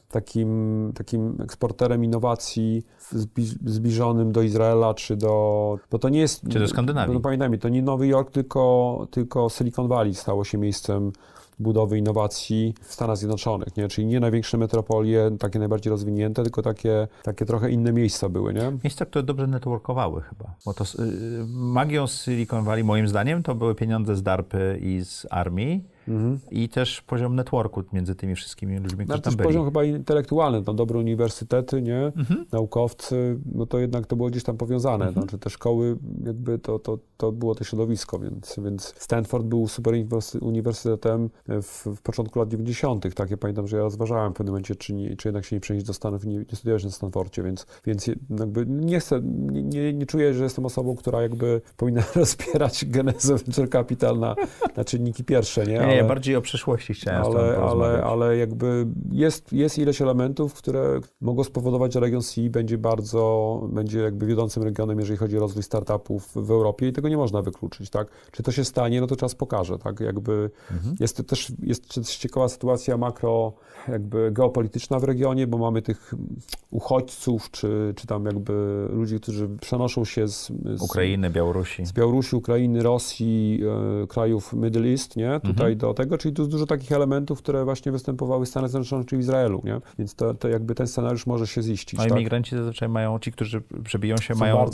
takim eksporterem innowacji zbliżonym do Izraela, bo to nie jest... Czy do Skandynawii. No pamiętajmy, to nie Nowy Jork, tylko Silicon Valley stało się miejscem budowy innowacji w Stanach Zjednoczonych, nie? Czyli nie największe metropolie, takie najbardziej rozwinięte, tylko takie trochę inne miejsca były, nie? Miejsca, które dobrze networkowały chyba. Bo to magią Silicon Valley, moim zdaniem, to były pieniądze z DARPy i z armii. I też poziom networku między tymi wszystkimi ludźmi, którzy tam byli. Poziom chyba intelektualny, tam dobre uniwersytety, nie? Naukowcy, no to jednak to było gdzieś tam powiązane. Znaczy te szkoły, jakby to było to środowisko, więc Stanford był super uniwersytetem w początku lat 90. Tak, ja pamiętam, że ja rozważałem w pewnym momencie, czy jednak się nie przenieść do Stanów i nie studiować na Stanfordzie, więc jakby nie czuję, że jestem osobą, która jakby powinna rozbierać genezę venture capital na czynniki pierwsze, nie? Nie, bardziej o przyszłości chciałem porozmawiać. Ale jakby jest ileś elementów, które mogą spowodować, że region CE będzie jakby wiodącym regionem, jeżeli chodzi o rozwój startupów w Europie i tego nie można wykluczyć, tak? Czy to się stanie, no to czas pokaże, tak? Jakby jest też ciekawa sytuacja jakby geopolityczna w regionie, bo mamy tych uchodźców, czy tam jakby ludzi, którzy przenoszą się z Ukrainy, Białorusi. Z Białorusi, Ukrainy, Rosji, krajów Middle East, nie? Tutaj do tego, czyli tu jest dużo takich elementów, które właśnie występowały w Stanach Zjednoczonych czy w Izraelu, nie? Więc to jakby ten scenariusz może się ziścić. No imigranci zazwyczaj mają, ci, którzy przebiją się, mają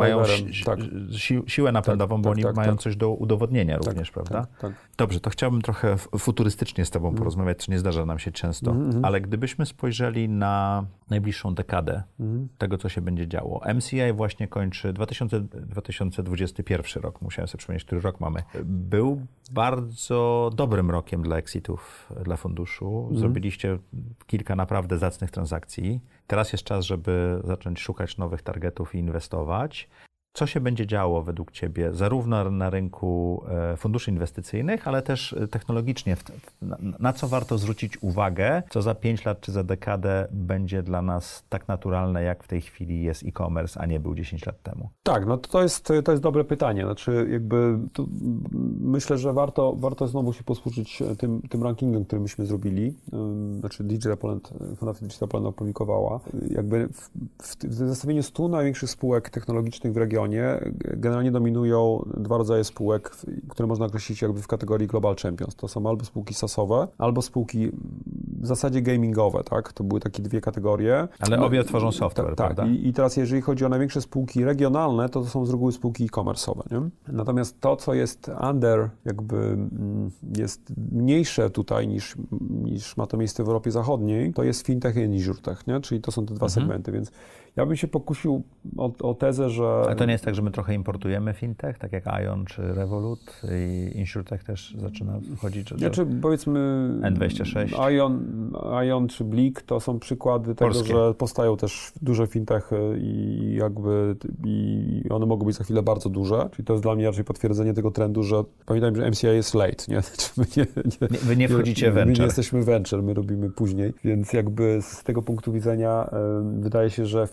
siłę napędową, bo oni mają coś do udowodnienia również, prawda? Tak. Dobrze, to chciałbym trochę futurystycznie z tobą porozmawiać, co nie zdarza nam się często, ale gdybyśmy spojrzeli na najbliższą dekadę tego, co się będzie działo. MCI właśnie kończy 2021 rok, musiałem sobie przypomnieć, który rok mamy. Był bardzo dobrym rokiem dla exitów, dla funduszu. Zrobiliście kilka naprawdę zacnych transakcji. Teraz jest czas, żeby zacząć szukać nowych targetów i inwestować. Co się będzie działo według ciebie, zarówno na rynku funduszy inwestycyjnych, ale też technologicznie? Na co warto zwrócić uwagę, co za 5 lat czy za dekadę będzie dla nas tak naturalne, jak w tej chwili jest e-commerce, a nie był 10 lat temu? Tak, no to jest dobre pytanie. Znaczy jakby myślę, że warto znowu się posłużyć tym rankingiem, który myśmy zrobili. Znaczy Fundacja Digital Poland opublikowała. Jakby w zestawieniu 100 największych spółek technologicznych w regionie generalnie dominują dwa rodzaje spółek, które można określić jakby w kategorii Global Champions. To są albo spółki SaaS-owe, albo spółki w zasadzie gamingowe, tak? To były takie dwie kategorie. Ale obie tworzą software, prawda? I teraz jeżeli chodzi o największe spółki regionalne, to są z reguły spółki e-commerce'owe, nie? Natomiast to, co jest jest mniejsze tutaj niż ma to miejsce w Europie Zachodniej, to jest fintech i insurtech, nie? Czyli to są te dwa segmenty, więc ja bym się pokusił o tezę, że... Ale to nie jest tak, że my trochę importujemy fintech, tak jak Ion czy Revolut i insurtech też zaczyna wchodzić? Znaczy powiedzmy N26. Ion czy Blik to są przykłady tego, że powstają też duże fintechy i one mogą być za chwilę bardzo duże. Czyli to jest dla mnie raczej potwierdzenie tego trendu, że pamiętajmy, że MCI jest late, nie? Wy nie wchodzicie venture. My nie jesteśmy venture, my robimy później, więc jakby z tego punktu widzenia wydaje się, że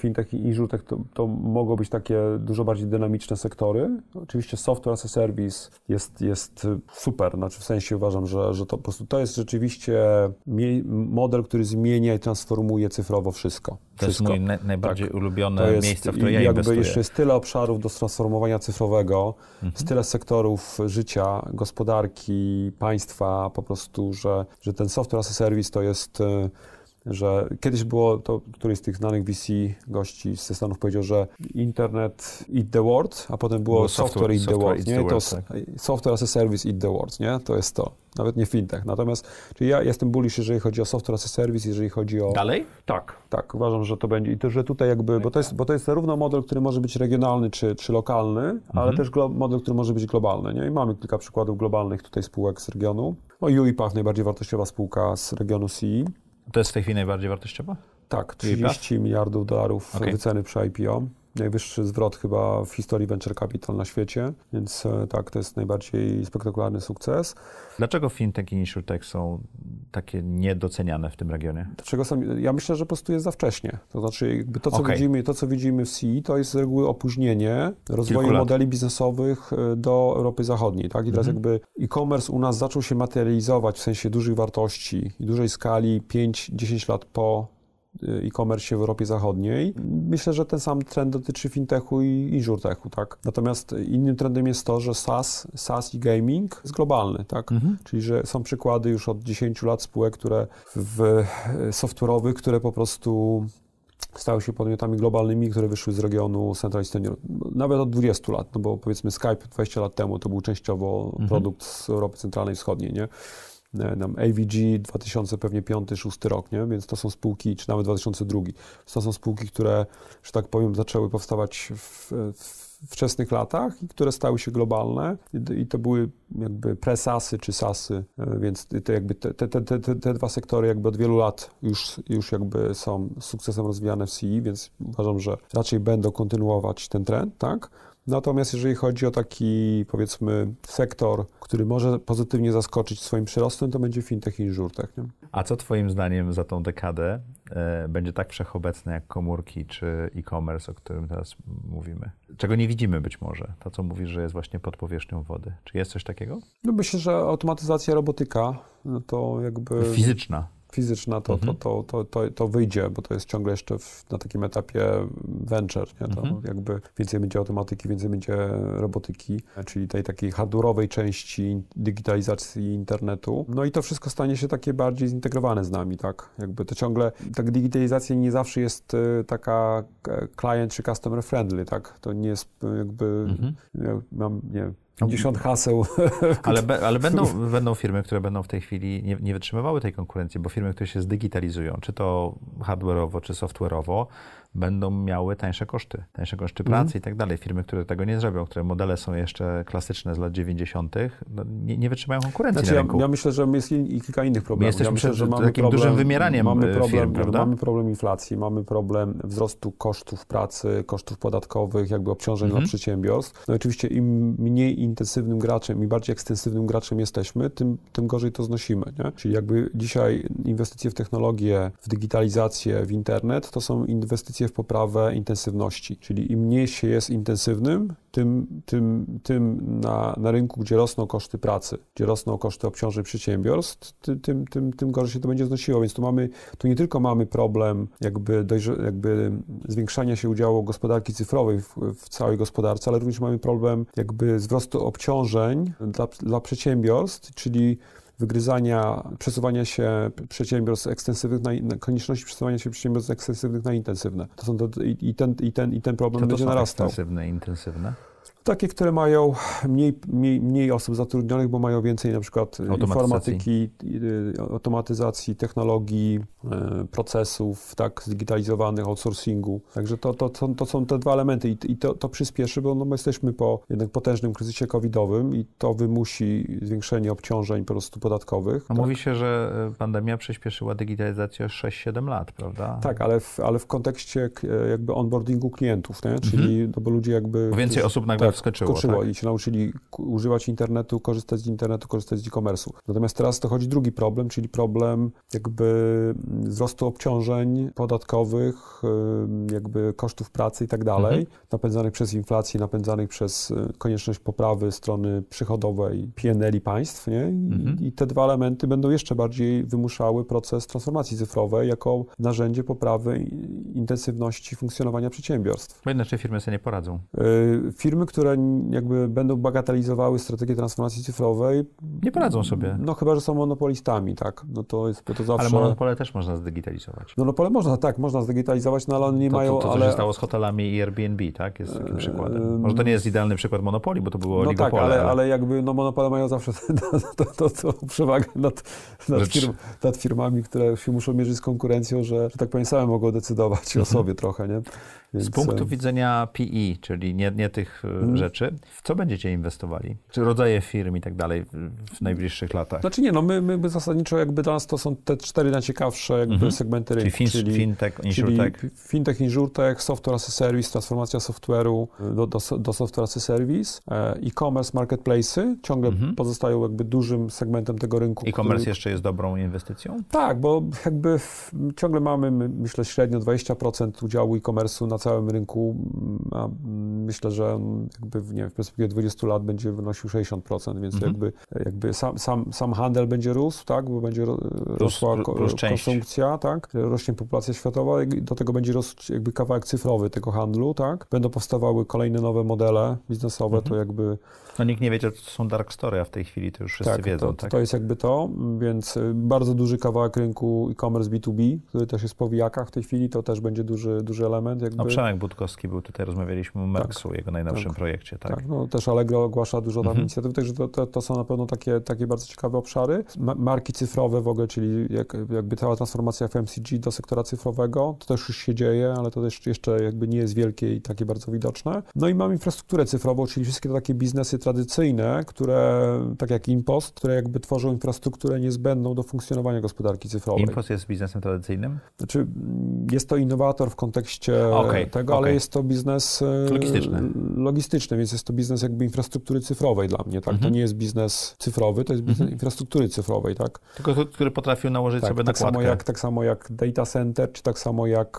fintech i insurtech to mogą być takie dużo bardziej dynamiczne sektory. Oczywiście software as a service jest super, znaczy w sensie uważam, że to po prostu to jest rzeczywiście model, który zmienia i transformuje cyfrowo wszystko. To jest mój najbardziej ulubione miejsce, w które ja inwestuję. Jeszcze jest tyle obszarów do transformowania cyfrowego, jest tyle sektorów życia, gospodarki, państwa po prostu, że ten software as a service to jest, że kiedyś było to, któryś z tych znanych VC gości ze Stanów powiedział, że internet eat the world, a potem było software eat the world, nie? Software as a service eat the world, nie? To jest to. Nawet nie fintech. Natomiast, czyli ja jestem bullish, jeżeli chodzi o software as a service, jeżeli chodzi o... Dalej? Tak, uważam, że to będzie. I to, że tutaj jakby, bo to jest zarówno model, który może być regionalny czy lokalny, ale też model, który może być globalny, nie? I mamy kilka przykładów globalnych tutaj spółek z regionu. UiPath, najbardziej wartościowa spółka z regionu CE. To jest w tej chwili najbardziej wartościowa? Tak, 30 miliardów dolarów wyceny przy IPO. Najwyższy zwrot chyba w historii venture capital na świecie, więc tak, to jest najbardziej spektakularny sukces. Dlaczego fintech i insurtech są takie niedoceniane w tym regionie? Ja myślę, że po prostu jest za wcześnie. To znaczy jakby to, co widzimy w CE, to jest z reguły opóźnienie rozwoju modeli biznesowych do Europy Zachodniej. Tak? I teraz jakby e-commerce u nas zaczął się materializować w sensie dużych wartości i dużej skali 5-10 lat po e-commerce w Europie Zachodniej. Myślę, że ten sam trend dotyczy fintechu i insurtechu, tak? Natomiast innym trendem jest to, że SaaS i gaming jest globalny, tak? Czyli, że są przykłady już od 10 lat spółek, software'owych, które po prostu stały się podmiotami globalnymi, które wyszły z regionu Central Eastern Europe. Nawet od 20 lat, no bo powiedzmy Skype 20 lat temu to był częściowo produkt z Europy Centralnej i Wschodniej, nie? AVG 2005-2006 rok, nie? Więc to są spółki, czy nawet 2002. To są spółki, które, że tak powiem, zaczęły powstawać w wczesnych latach i które stały się globalne i to były jakby pre-SaaSy czy SaaSy, więc te dwa sektory jakby od wielu lat już jakby są z sukcesem rozwijane w CE, więc uważam, że raczej będą kontynuować ten trend, tak? Natomiast jeżeli chodzi o taki, powiedzmy, sektor, który może pozytywnie zaskoczyć swoim przyrostem, to będzie fintech i insurtech. Nie? A co twoim zdaniem za tą dekadę będzie tak wszechobecne jak komórki czy e-commerce, o którym teraz mówimy? Czego nie widzimy być może? To, co mówisz, że jest właśnie pod powierzchnią wody. Czy jest coś takiego? No myślę, że automatyzacja, robotyka, no to jakby... Fizyczna, to wyjdzie, bo to jest ciągle jeszcze na takim etapie venture, nie? To jakby więcej będzie automatyki, więcej będzie robotyki, czyli tej takiej hardware'owej części digitalizacji internetu. No i to wszystko stanie się takie bardziej zintegrowane z nami, tak? Jakby to ciągle, tak digitalizacja nie zawsze jest taka client czy customer friendly, tak? To nie jest jakby, mam, nie wiem, 50 haseł. Ale będą firmy, które będą w tej chwili nie wytrzymywały tej konkurencji, bo firmy, które się zdigitalizują, czy to hardware'owo, czy software'owo, będą miały tańsze koszty pracy i tak dalej. Firmy, które tego nie zrobią, które modele są jeszcze klasyczne z lat 90., no, nie wytrzymają konkurencji na rynku. Ja myślę, że jest i kilka innych problemów. My jesteśmy przed takim dużym wymieraniem firm, prawda? Mamy problem inflacji, mamy problem wzrostu kosztów pracy, kosztów podatkowych, jakby obciążeń dla przedsiębiorstw. No oczywiście im mniej intensywnym graczem, im bardziej ekstensywnym graczem jesteśmy, tym gorzej to znosimy, nie? Czyli jakby dzisiaj inwestycje w technologię, w digitalizację, w internet, to są inwestycje w poprawę intensywności. Czyli im mniej się jest intensywnym, tym na rynku, gdzie rosną koszty pracy, gdzie rosną koszty obciążeń przedsiębiorstw, tym gorzej się to będzie znosiło. Więc tu nie tylko mamy problem jakby zwiększania się udziału gospodarki cyfrowej w całej gospodarce, ale również mamy problem jakby wzrostu obciążeń dla przedsiębiorstw, czyli przesuwania się przedsiębiorstw ekstensywnych konieczności przesuwania się przedsiębiorstw ekstensywnych na intensywne. To są i ten problem będzie narastał. Ekstensywne i intensywne? Takie, które mają mniej osób zatrudnionych, bo mają więcej na przykład informatyki, automatyzacji, technologii, procesów, tak, zdigitalizowanych, outsourcingu. Także to są te dwa elementy i to przyspieszy, bo my jesteśmy po jednak potężnym kryzysie covidowym i to wymusi zwiększenie obciążeń po prostu podatkowych. Tak? Mówi się, że pandemia przyspieszyła digitalizację 6-7 lat, prawda? Tak, ale w kontekście jakby onboardingu klientów, nie? Czyli bo ludzie jakby... Więcej osób nagle tak wskoczyło. Tak? I się nauczyli używać internetu, korzystać z internetu, korzystać z e-commerce'u. Natomiast teraz dochodzi drugi problem, czyli problem jakby wzrostu obciążeń podatkowych, jakby kosztów pracy i tak dalej, napędzanych przez inflację, napędzanych przez konieczność poprawy strony przychodowej P&L państw, nie? I te dwa elementy będą jeszcze bardziej wymuszały proces transformacji cyfrowej jako narzędzie poprawy intensywności funkcjonowania przedsiębiorstw. Bo inaczej firmy sobie nie poradzą. Firmy, które jakby będą bagatelizowały strategię transformacji cyfrowej, nie poradzą sobie. No chyba, że są monopolistami, tak. No to jest, bo to zawsze... Ale monopole też można zdigitalizować. Monopole można zdigitalizować, no ale one nie mają... To, co się stało z hotelami i Airbnb, tak? Jest takim przykładem. Może to nie jest idealny przykład monopoli, bo to było oligopole. Tak, ale jakby monopole mają zawsze to przewagę nad firmami, które się muszą mierzyć z konkurencją, że tak powiem, same mogą decydować o sobie trochę, nie? Więc... Z punktu widzenia PE, czyli nie tych rzeczy, w co będziecie inwestowali? Czy rodzaje firm i tak dalej w najbliższych latach? Znaczy nie, no my zasadniczo jakby dla nas to są te 4 najciekawsze jakby segmenty rynku. Czyli fintech, insurtech. Czyli fintech, insurtech, software as a service, transformacja software'u do software as a service, e-commerce, marketplace'y ciągle pozostają jakby dużym segmentem tego rynku. E-commerce jeszcze jest dobrą inwestycją? Tak, bo jakby ciągle mamy, myślę, średnio 20% udziału e-commerce'u na całym rynku, a myślę, że jakby w perspektywie 20 lat będzie wynosił 60%, więc jakby sam handel będzie rósł, tak, bo będzie rosła konsumpcja, tak, rośnie populacja światowa, do tego będzie rósł jakby kawałek cyfrowy tego handlu, tak, będą powstawały kolejne nowe modele biznesowe, to jakby... No nikt nie wie, że to są dark story, a w tej chwili to już wszyscy wiedzą, tak? To jest jakby to, więc bardzo duży kawałek rynku e-commerce B2B, który też jest po wijakach w tej chwili, to też będzie duży element. Jakby. No Przemek Budkowski był tutaj, rozmawialiśmy o Merxu, jego najnowszym projekcie, tak? Tak, no też Allegro ogłasza dużo tam inicjatyw, także to są na pewno takie bardzo ciekawe obszary. Marki cyfrowe w ogóle, czyli jakby cała transformacja FMCG do sektora cyfrowego, to też już się dzieje, ale to też jeszcze jakby nie jest wielkie i takie bardzo widoczne. No i mam infrastrukturę cyfrową, czyli wszystkie te takie biznesy tradycyjne, które, tak jak InPost, które jakby tworzą infrastrukturę niezbędną do funkcjonowania gospodarki cyfrowej. InPost jest biznesem tradycyjnym? Znaczy, jest to innowator w kontekście tego, ale jest to biznes logistyczny, więc jest to biznes jakby infrastruktury cyfrowej dla mnie, tak? To nie jest biznes cyfrowy, to jest biznes infrastruktury cyfrowej, tak? Tylko który potrafił nałożyć sobie nakładkę. Tak samo jak data center, czy tak samo jak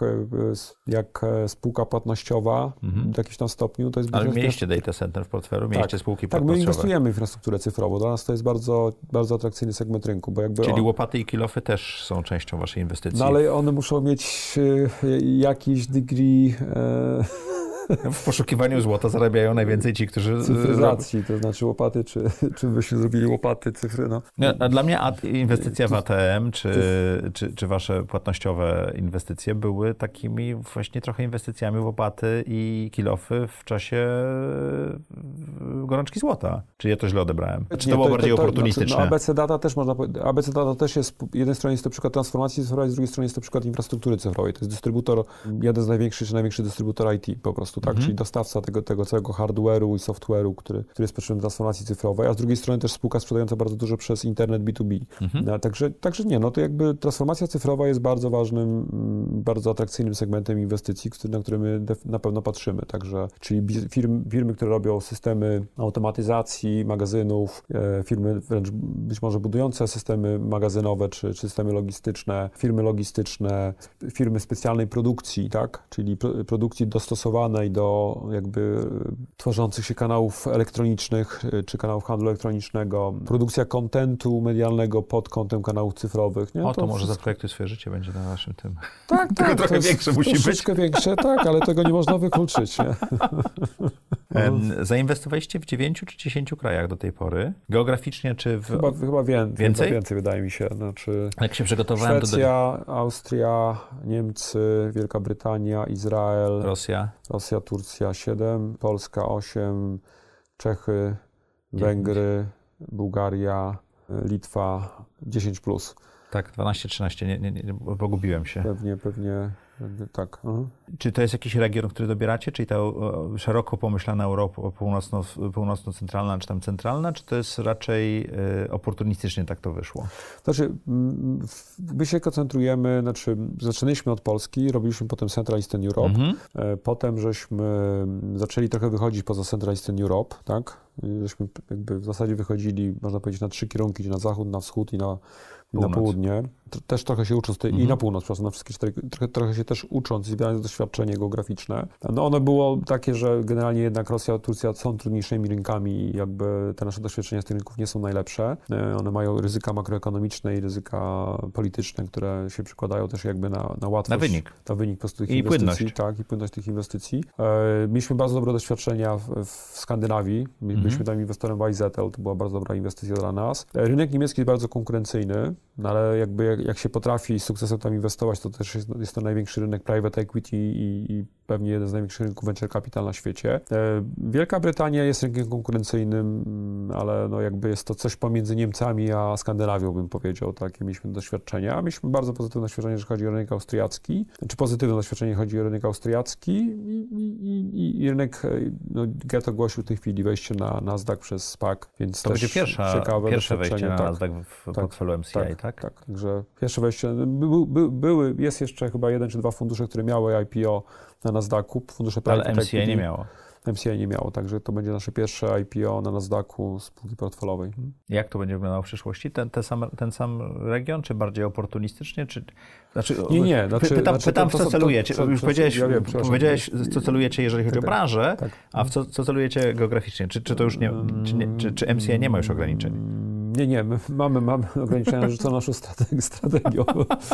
spółka płatnościowa w jakimś tam stopniu, to jest biznes... Ale mieliście data center w portfelu, mieliście spółki płatnościowe. Tak, my inwestujemy w infrastrukturę cyfrową, dla nas to jest bardzo, bardzo atrakcyjny segment rynku, bo jakby... Czyli łopaty i kilofy też są częścią waszej inwestycji. No ale one muszą mieć jakiś degree... W poszukiwaniu złota zarabiają najwięcej ci, którzy... Cyfryzacji, to znaczy łopaty, czy byśmy zrobili łopaty, cyfry, no. Dla mnie inwestycja w ATM, czy wasze płatnościowe inwestycje były takimi właśnie trochę inwestycjami w łopaty i kilofy w czasie gorączki złota. Czy ja to źle odebrałem? Czy to było bardziej oportunistyczne? No ABC Data też można powiedzieć. ABC Data też jest, z jednej strony jest to przykład transformacji cyfrowej, z drugiej strony jest to przykład infrastruktury cyfrowej. To jest dystrybutor, jeden z największych, czy największy dystrybutor IT po prostu, tak? Czyli dostawca tego całego hardware'u i software'u, który jest potrzebny do transformacji cyfrowej, a z drugiej strony też spółka sprzedająca bardzo dużo przez internet B2B. No, także nie, no to jakby transformacja cyfrowa jest bardzo ważnym, bardzo atrakcyjnym segmentem inwestycji, na które my na pewno patrzymy. Także, czyli firmy, które robią systemy automatyzacji magazynów, firmy wręcz być może budujące systemy magazynowe czy systemy logistyczne, firmy logistyczne, firmy specjalnej produkcji, tak? Czyli produkcji dostosowanej do jakby tworzących się kanałów elektronicznych czy kanałów handlu elektronicznego, produkcja kontentu medialnego pod kątem kanałów cyfrowych. Nie? To może zaprojektuj swoje życie będzie na naszym tym. Tak. Tylko trochę większe musi być. Troszeczkę większe, tak, ale tego nie można wykluczyć. Nie? Zainwestowaliście w 9 czy 10 krajach do tej pory. Geograficznie czy w... Chyba więcej? Chyba więcej, wydaje mi się. Znaczy, jak się przygotowałem Szwecja, Austria, Niemcy, Wielka Brytania, Izrael, Rosja, Turcja 7, Polska 8, Czechy, Węgry, Bułgaria, Litwa 10+. Tak, 12, 13, nie, pogubiłem się. Pewnie Tak. Czy to jest jakiś region, który dobieracie? Czyli ta szeroko pomyślana Europa północno-centralna, czy tam centralna, czy to jest raczej oportunistycznie tak to wyszło? Znaczy, my się koncentrujemy, zaczynaliśmy od Polski, robiliśmy potem Central Eastern Europe, potem żeśmy zaczęli trochę wychodzić poza Central Eastern Europe, tak? Żeśmy jakby w zasadzie wychodzili, można powiedzieć, na 3 kierunki, na zachód, na wschód i na południe. Też trochę się ucząc, i na północ, przepraszam, na wszystkie 4, trochę się też ucząc i zbierając doświadczenie geograficzne. No one było takie, że generalnie jednak Rosja, Turcja są trudniejszymi rynkami i jakby te nasze doświadczenia z tych rynków nie są najlepsze. One mają ryzyka makroekonomiczne i ryzyka polityczne, które się przekładają też jakby na łatwość. Na wynik po prostu tych I inwestycji. płynność. Tak, i płynność tych inwestycji. Mieliśmy bardzo dobre doświadczenia w Skandynawii. Byliśmy tam inwestorem w IZL, to była bardzo dobra inwestycja dla nas. Rynek niemiecki jest bardzo konkurencyjny, no ale jakby jak się potrafi z sukcesem tam inwestować, to też jest to największy rynek private equity i pewnie jeden z największych rynków venture capital na świecie. Wielka Brytania jest rynkiem konkurencyjnym, ale no jakby jest to coś pomiędzy Niemcami a Skandynawią, bym powiedział. Takie mieliśmy doświadczenia. Mieliśmy bardzo pozytywne doświadczenie, jeżeli chodzi o rynek austriacki. Czy pozytywne doświadczenie, jeżeli chodzi o rynek austriacki i rynek, no GET ogłosił w tej chwili wejście na Nasdaq przez SPAC, więc to też będzie pierwsze wejście na Nasdaq w portfelu MCI, tak? Tak, także pierwsze wejście, jest jeszcze chyba 1 czy 2 fundusze, które miały IPO na Nasdaqu, fundusze private equity. Ale MCI nie miało. MCI nie miało, także to będzie nasze pierwsze IPO na Nasdaqu spółki portfelowej. Jak to będzie wyglądało w przyszłości? Ten sam region, czy bardziej oportunistycznie? Nie. Pytam, w co celujecie. Już powiedziałeś, w co celujecie, jeżeli chodzi o branżę, a w co celujecie geograficznie? Czy to już nie, czy MCI nie ma już ograniczeń? Nie, my mamy ograniczenia rzucone naszą strategią.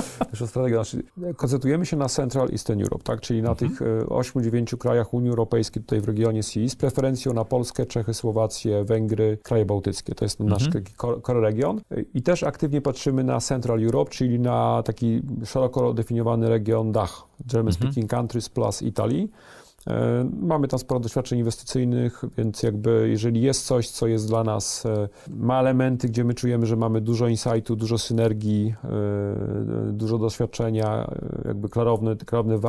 Koncentrujemy się na Central Eastern Europe, tak? Czyli na tych 8-9 krajach Unii Europejskiej, tutaj w regionie CEE, z preferencją na Polskę, Czechy, Słowację, Węgry, kraje bałtyckie. To jest nasz core region. I też aktywnie patrzymy na Central Europe, czyli na taki szeroko definiowany region DACH, German Speaking Countries plus Italy. Mamy tam sporo doświadczeń inwestycyjnych, więc jakby jeżeli jest coś, co jest dla nas, ma elementy, gdzie my czujemy, że mamy dużo insightu, dużo synergii, dużo doświadczenia, jakby klarowne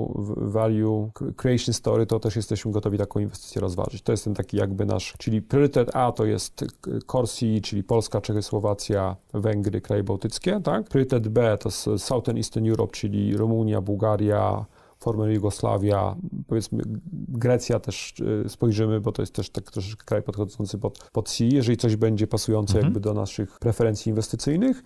value creation story, to też jesteśmy gotowi taką inwestycję rozważyć. To jest ten taki jakby nasz, czyli priorytet A to jest core CEE, czyli Polska, Czechy, Słowacja, Węgry, kraje bałtyckie, tak? Priorytet B to jest Southern Eastern Europe, czyli Rumunia, Bułgaria, former Jugosławia, powiedzmy Grecja też spojrzymy, bo to jest też tak troszeczkę kraj podchodzący pod CEE, jeżeli coś będzie pasujące jakby do naszych preferencji inwestycyjnych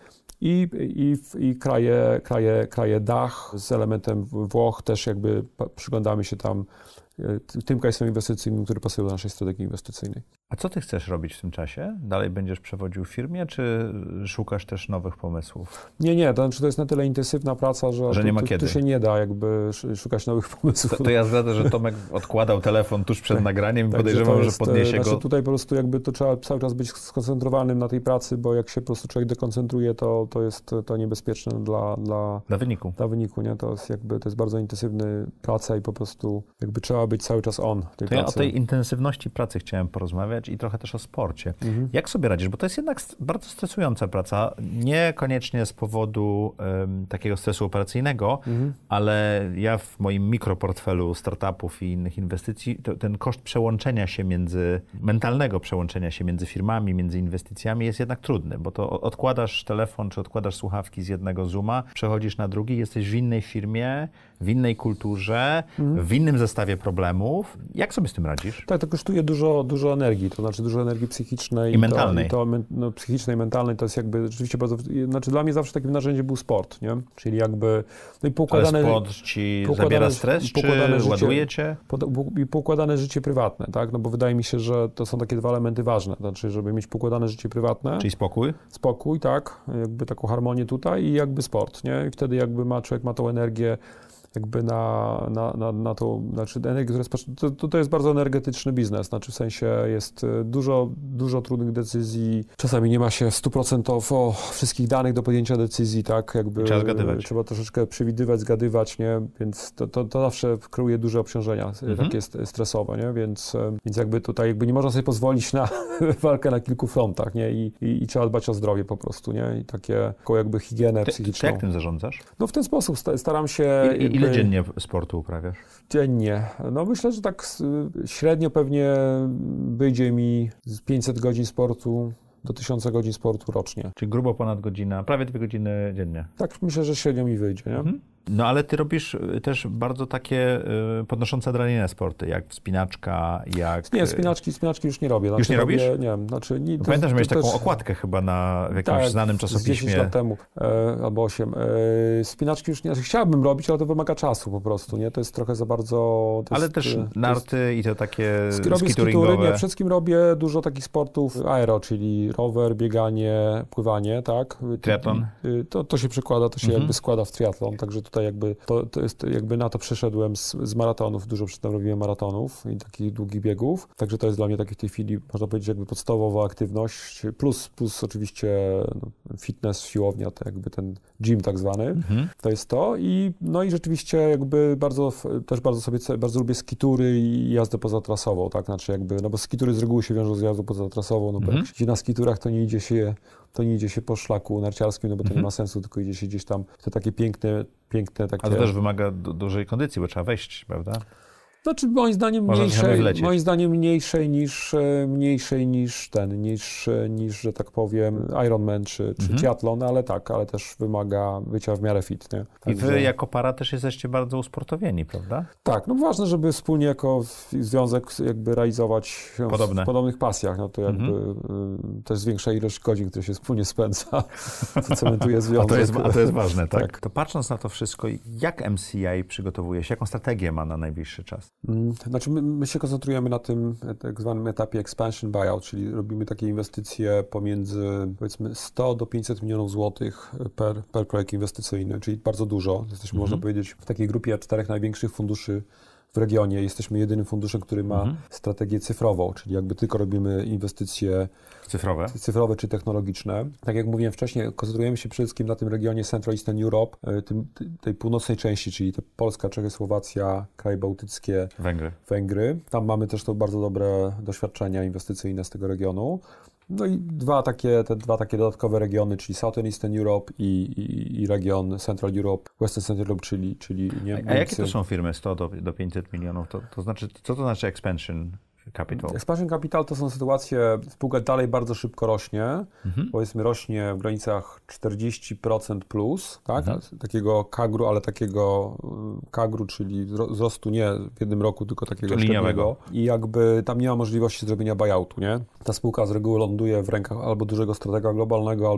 i kraje DACH z elementem Włoch też jakby przyglądamy się tam tym państwom inwestycyjnym, które pasują do naszej strategii inwestycyjnej. A co ty chcesz robić w tym czasie? Dalej będziesz przewodził w firmie, czy szukasz też nowych pomysłów? Nie, to jest na tyle intensywna praca, że nie ma kiedy. Tu się nie da jakby szukać nowych pomysłów. To ja zdradzę, że Tomek odkładał telefon tuż przed nagraniem i podejrzewam, że podniesie go. Tutaj po prostu jakby to trzeba cały czas być skoncentrowanym na tej pracy, bo jak się po prostu człowiek dekoncentruje, to jest to niebezpieczne dla wyniku. Dla wyniku, nie? To jest bardzo intensywna praca i po prostu jakby trzeba być cały czas on tej pracy. Ja o tej intensywności pracy chciałem porozmawiać i trochę też o sporcie. Jak sobie radzisz? Bo to jest jednak bardzo stresująca praca, niekoniecznie z powodu takiego stresu operacyjnego, ale ja w moim mikroportfelu startupów i innych inwestycji, ten koszt mentalnego przełączenia się między firmami, między inwestycjami jest jednak trudny, bo to odkładasz telefon, czy odkładasz słuchawki z jednego Zooma, przechodzisz na drugi, jesteś w innej firmie, w innej kulturze, w innym zestawie problemów. Jak sobie z tym radzisz? Tak, to kosztuje dużo energii, to znaczy dużo energii psychicznej. I mentalnej. Psychicznej i mentalnej to jest jakby rzeczywiście bardzo... Znaczy dla mnie zawsze takim narzędziem był sport, nie? Czyli jakby... No i poukładane, ale sport ci zabiera stres, czy ładuje cię? I poukładane życie prywatne, tak? No bo wydaje mi się, że to są takie dwa elementy ważne. Znaczy, żeby mieć poukładane życie prywatne... Czyli spokój? Spokój, tak. Jakby taką harmonię tutaj i jakby sport, nie? I wtedy jakby człowiek ma tą energię jakby na to, znaczy energię, to jest bardzo energetyczny biznes, znaczy w sensie jest dużo trudnych decyzji, czasami nie ma się 100% wszystkich danych do podjęcia decyzji, tak, jakby trzeba zgadywać. Trzeba troszeczkę przewidywać, zgadywać, nie, więc to zawsze kreuje duże obciążenia, takie stresowe, nie, więc jakby tutaj jakby nie można sobie pozwolić na walkę na kilku frontach, nie, i trzeba dbać o zdrowie po prostu, nie, i taką jakby higienę psychiczną. Ty jak tym zarządzasz? No w ten sposób staram się... Ile dziennie sportu uprawiasz? Dziennie. No myślę, że tak średnio pewnie wyjdzie mi z 500 godzin sportu do 1000 godzin sportu rocznie. Czyli grubo ponad godzina, prawie 2 godziny dziennie. Tak myślę, że średnio mi wyjdzie, nie? No ale ty robisz też bardzo takie podnoszące adrenalinę sporty, jak wspinaczka, jak... Nie, wspinaczki już nie robię. Już nie robisz? Nie, znaczy... Nie, pamiętam, że miałeś taką okładkę chyba w jakimś znanym czasopiśmie. 10 lat temu, albo 8. Wspinaczki już nie... Chciałbym robić, ale to wymaga czasu po prostu, nie? To jest trochę za bardzo... Ale też narty i to takie robię skituringowe. Nie, przede wszystkim robię dużo takich sportów aero, czyli rower, bieganie, pływanie, tak? Triatlon? To się przekłada, to się jakby składa w triatlon, także tutaj jakby to jest jakby na to przeszedłem z maratonów, dużo przedtem robiłem maratonów i takich długich biegów, także to jest dla mnie taki w tej chwili, można powiedzieć, jakby podstawowa aktywność, plus oczywiście fitness, siłownia, to jakby ten gym tak zwany, to jest to i no i rzeczywiście jakby bardzo lubię skitury i jazdę pozatrasową, tak, znaczy jakby, no bo skitury z reguły się wiążą z jazdą pozatrasową, no bo jak się na skiturach, to nie idzie się po szlaku narciarskim, no bo to nie ma sensu, tylko idzie się gdzieś tam, to takie piękne takie... A to też wymaga dużej kondycji, bo trzeba wejść, prawda? Znaczy moim zdaniem mniejszej niż, że tak powiem, Ironman czy triatlon, ale też wymaga bycia w miarę fit, nie? Także... I wy jako para też jesteście bardzo usportowieni, prawda? Tak, no ważne, żeby wspólnie jako związek jakby realizować się w podobnych pasjach, no to jakby to jest większa ilość godzin, które się wspólnie spędza, co cementuje związek. A to jest ważne, tak? To patrząc na to wszystko, jak MCI przygotowuje się, jaką strategię ma na najbliższy czas? Znaczy my się koncentrujemy na tym tak zwanym etapie expansion buyout, czyli robimy takie inwestycje pomiędzy powiedzmy 100 do 500 milionów złotych per projekt inwestycyjny, czyli bardzo dużo. Jesteśmy, można powiedzieć, w takiej grupie 4 największych funduszy w regionie. Jesteśmy jedynym funduszem, który ma strategię cyfrową, czyli jakby tylko robimy inwestycje cyfrowe czy technologiczne. Tak jak mówiłem wcześniej, koncentrujemy się przede wszystkim na tym regionie Central Eastern Europe, tej północnej części, czyli te Polska, Czechy, Słowacja, kraje bałtyckie, Węgry. Tam mamy też to bardzo dobre doświadczenia inwestycyjne z tego regionu. No i te dwa takie dodatkowe regiony, czyli Southern Eastern Europe i region Central Europe, Western Central Europe, czyli Niemcy. A jakie to są firmy 100 do 500 milionów? To znaczy, co to znaczy expansion capital? Expansion capital to są sytuacje, spółka dalej bardzo szybko rośnie, powiedzmy rośnie w granicach 40% plus, tak? Takiego CAGR-u, ale takiego CAGR-u, czyli wzrostu nie w jednym roku, tylko takiego średniego. I jakby tam nie ma możliwości zrobienia buyoutu, nie? Ta spółka z reguły ląduje w rękach albo dużego stratega globalnego,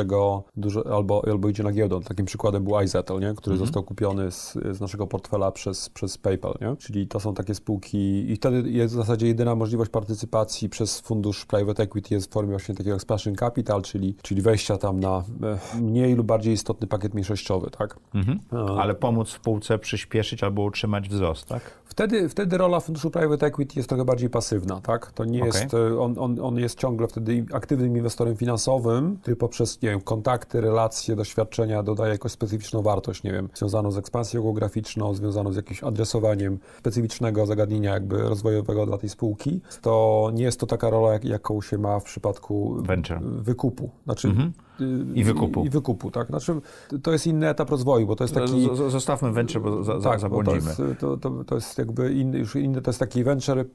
albo idzie na giełdę. Takim przykładem był iZettle, nie? Który został kupiony z naszego portfela przez PayPal, nie? Czyli to są takie spółki i wtedy jest w zasadzie jedyna możliwość partycypacji przez fundusz private equity jest w formie właśnie takiego expansion capital, czyli wejścia tam na mniej lub bardziej istotny pakiet mniejszościowy, tak? Ale pomóc spółce przyspieszyć albo utrzymać wzrost, tak? Wtedy rola funduszu private equity jest trochę bardziej pasywna, tak? To nie jest, on jest ciągle wtedy aktywnym inwestorem finansowym, który poprzez, nie wiem, kontakty, relacje, doświadczenia dodaje jakąś specyficzną wartość, nie wiem, związaną z ekspansją geograficzną, związaną z jakimś adresowaniem specyficznego zagadnienia jakby rozwojowego dla tej spółki. To nie jest to taka rola, jaką się ma w przypadku wykupu. Znaczy, I wykupu, tak? Znaczy, to jest inny etap rozwoju, bo to jest taki... Zostawmy venture, bo zabłądzimy. To jest jakby inny, to jest taki venture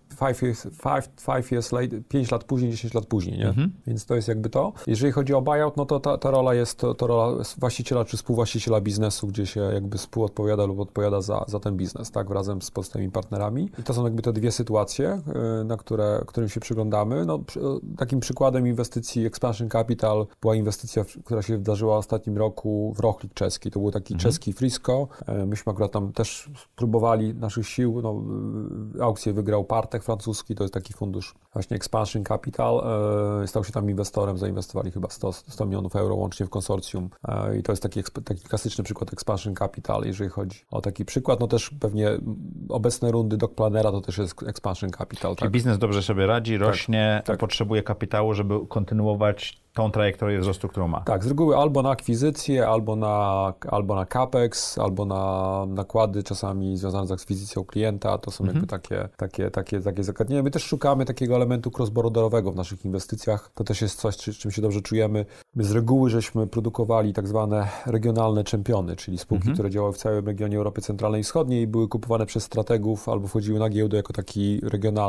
5 lat później, 10 lat później, nie? Więc to jest jakby to. Jeżeli chodzi o buyout, no to ta rola jest to rola właściciela czy współwłaściciela biznesu, gdzie się jakby współodpowiada lub odpowiada za ten biznes, tak? Razem z pozostałymi partnerami. I to są jakby te dwie sytuacje, którym się przyglądamy. No, takim przykładem inwestycji Expansion Capital była inwestycja, która się wydarzyła w ostatnim roku w Rochlik czeski. To był taki czeski Frisco. Myśmy akurat tam też próbowali naszych sił. No, aukcję wygrał Partek francuski, to jest taki fundusz właśnie Expansion Capital. Stał się tam inwestorem, zainwestowali chyba 100 milionów euro łącznie w konsorcjum. I to jest taki klasyczny przykład Expansion Capital, jeżeli chodzi o taki przykład. No też pewnie obecne rundy DocPlanera to też jest Expansion Capital. Czyli biznes dobrze sobie radzi, rośnie, potrzebuje kapitału, żeby kontynuować tą trajektorię wzrostu, którą ma. Tak, z reguły albo na akwizycję, albo na capex, albo na nakłady czasami związane z akwizycją klienta. To są jakby takie zagadnienia. My też szukamy takiego elementu cross-borderowego w naszych inwestycjach. To też jest coś, czym się dobrze czujemy. My z reguły żeśmy produkowali tak zwane regionalne czempiony, czyli spółki, które działały w całym regionie Europy Centralnej i Wschodniej i były kupowane przez strategów albo wchodziły na giełdę jako taki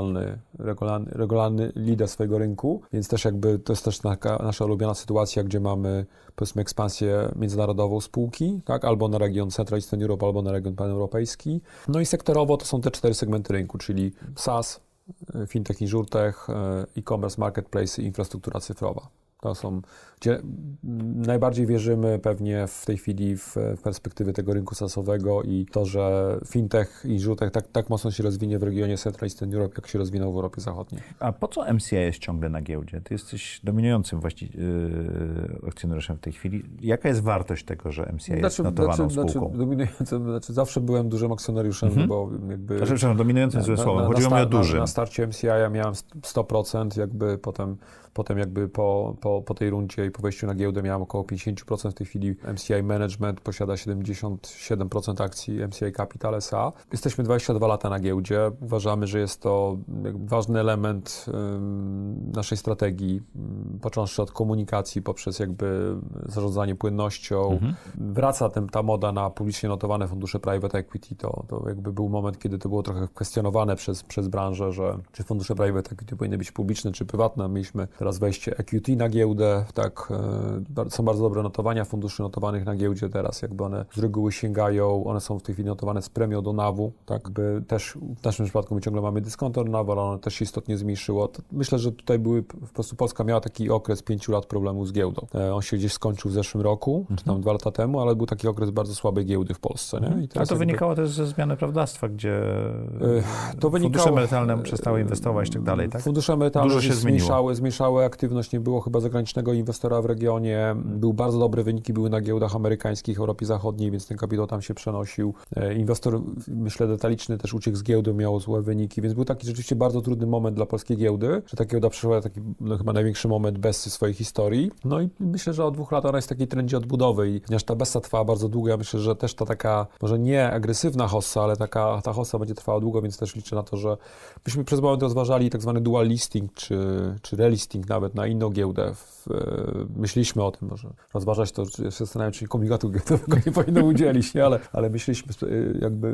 regularny lider swojego rynku, więc też jakby to jest też nasza ulubiona sytuacja, gdzie mamy powiedzmy ekspansję międzynarodową spółki, tak, albo na region Central Eastern Europe, albo na region paneuropejski. No i sektorowo to są te 4 segmenty rynku, czyli SaaS, fintech, insurtech, e-commerce, marketplace i infrastruktura cyfrowa. To są, gdzie najbardziej wierzymy pewnie w tej chwili w perspektywy tego rynku SaaS-owego i to, że fintech i insurtech tak mocno się rozwinie w regionie Central Eastern Europe, jak się rozwinął w Europie Zachodniej. A po co MCI jest ciągle na giełdzie? Ty jesteś dominującym akcjonariuszem w tej chwili. Jaka jest wartość tego, że MCI jest notowaną spółką? Zawsze byłem dużym akcjonariuszem, bo jakby... dominującym złe słowo. Chodziło mi o dużym. Na starcie MCI ja miałem 100%, jakby potem jakby po tej rundzie i po wejściu na giełdę miałem około 50%. W tej chwili MCI Management posiada 77% akcji MCI Capital S.A. Jesteśmy 22 lata na giełdzie. Uważamy, że jest to ważny element naszej strategii, począwszy od komunikacji poprzez jakby zarządzanie płynnością. Wraca ta moda na publicznie notowane fundusze private equity. To jakby był moment, kiedy to było trochę kwestionowane przez branżę, że czy fundusze private equity powinny być publiczne, czy prywatne. Mieliśmy teraz wejście EQT na giełdę, tak, są bardzo dobre notowania funduszy notowanych na giełdzie teraz, jakby one z reguły sięgają, one są w tej chwili notowane z premią do NAV-u, tak, jakby też w naszym przypadku my ciągle mamy dyskontor NAV, ale ono też się istotnie zmniejszyło. Myślę, że tutaj po prostu Polska miała taki okres 5 lat problemu z giełdą. On się gdzieś skończył w zeszłym roku, czy tam 2 lata temu, ale był taki okres bardzo słabej giełdy w Polsce, nie? I a to wynikało też ze zmiany prawodawstwa, gdzie fundusze emerytalne przestały inwestować i tak dalej, tak? Fundusze emerytalne się zmniejszały aktywność, nie było chyba zagranicznego inwestora w regionie, były bardzo dobre wyniki, były na giełdach amerykańskich, Europie Zachodniej, więc ten kapitał tam się przenosił. Inwestor, myślę, detaliczny też uciekł z giełdy, miał złe wyniki, więc był taki rzeczywiście bardzo trudny moment dla polskiej giełdy, że ta giełda przeszła taki chyba największy moment Bessy swojej historii. No i myślę, że od 2 lat ona jest w takiej trendzie odbudowy i ponieważ ta Bessa trwała bardzo długo, ja myślę, że też ta taka, może nie agresywna hossa, ale ta hossa będzie trwała długo, więc też liczę na to, że myśmy przez moment rozważali tak zwany dual listing, czy relisting nawet na inną giełdę. Myśleliśmy o tym, może rozważać to, ja się zastanawiam, czy komunikatu giełdowego nie powinno udzielić, nie? Ale myśleliśmy jakby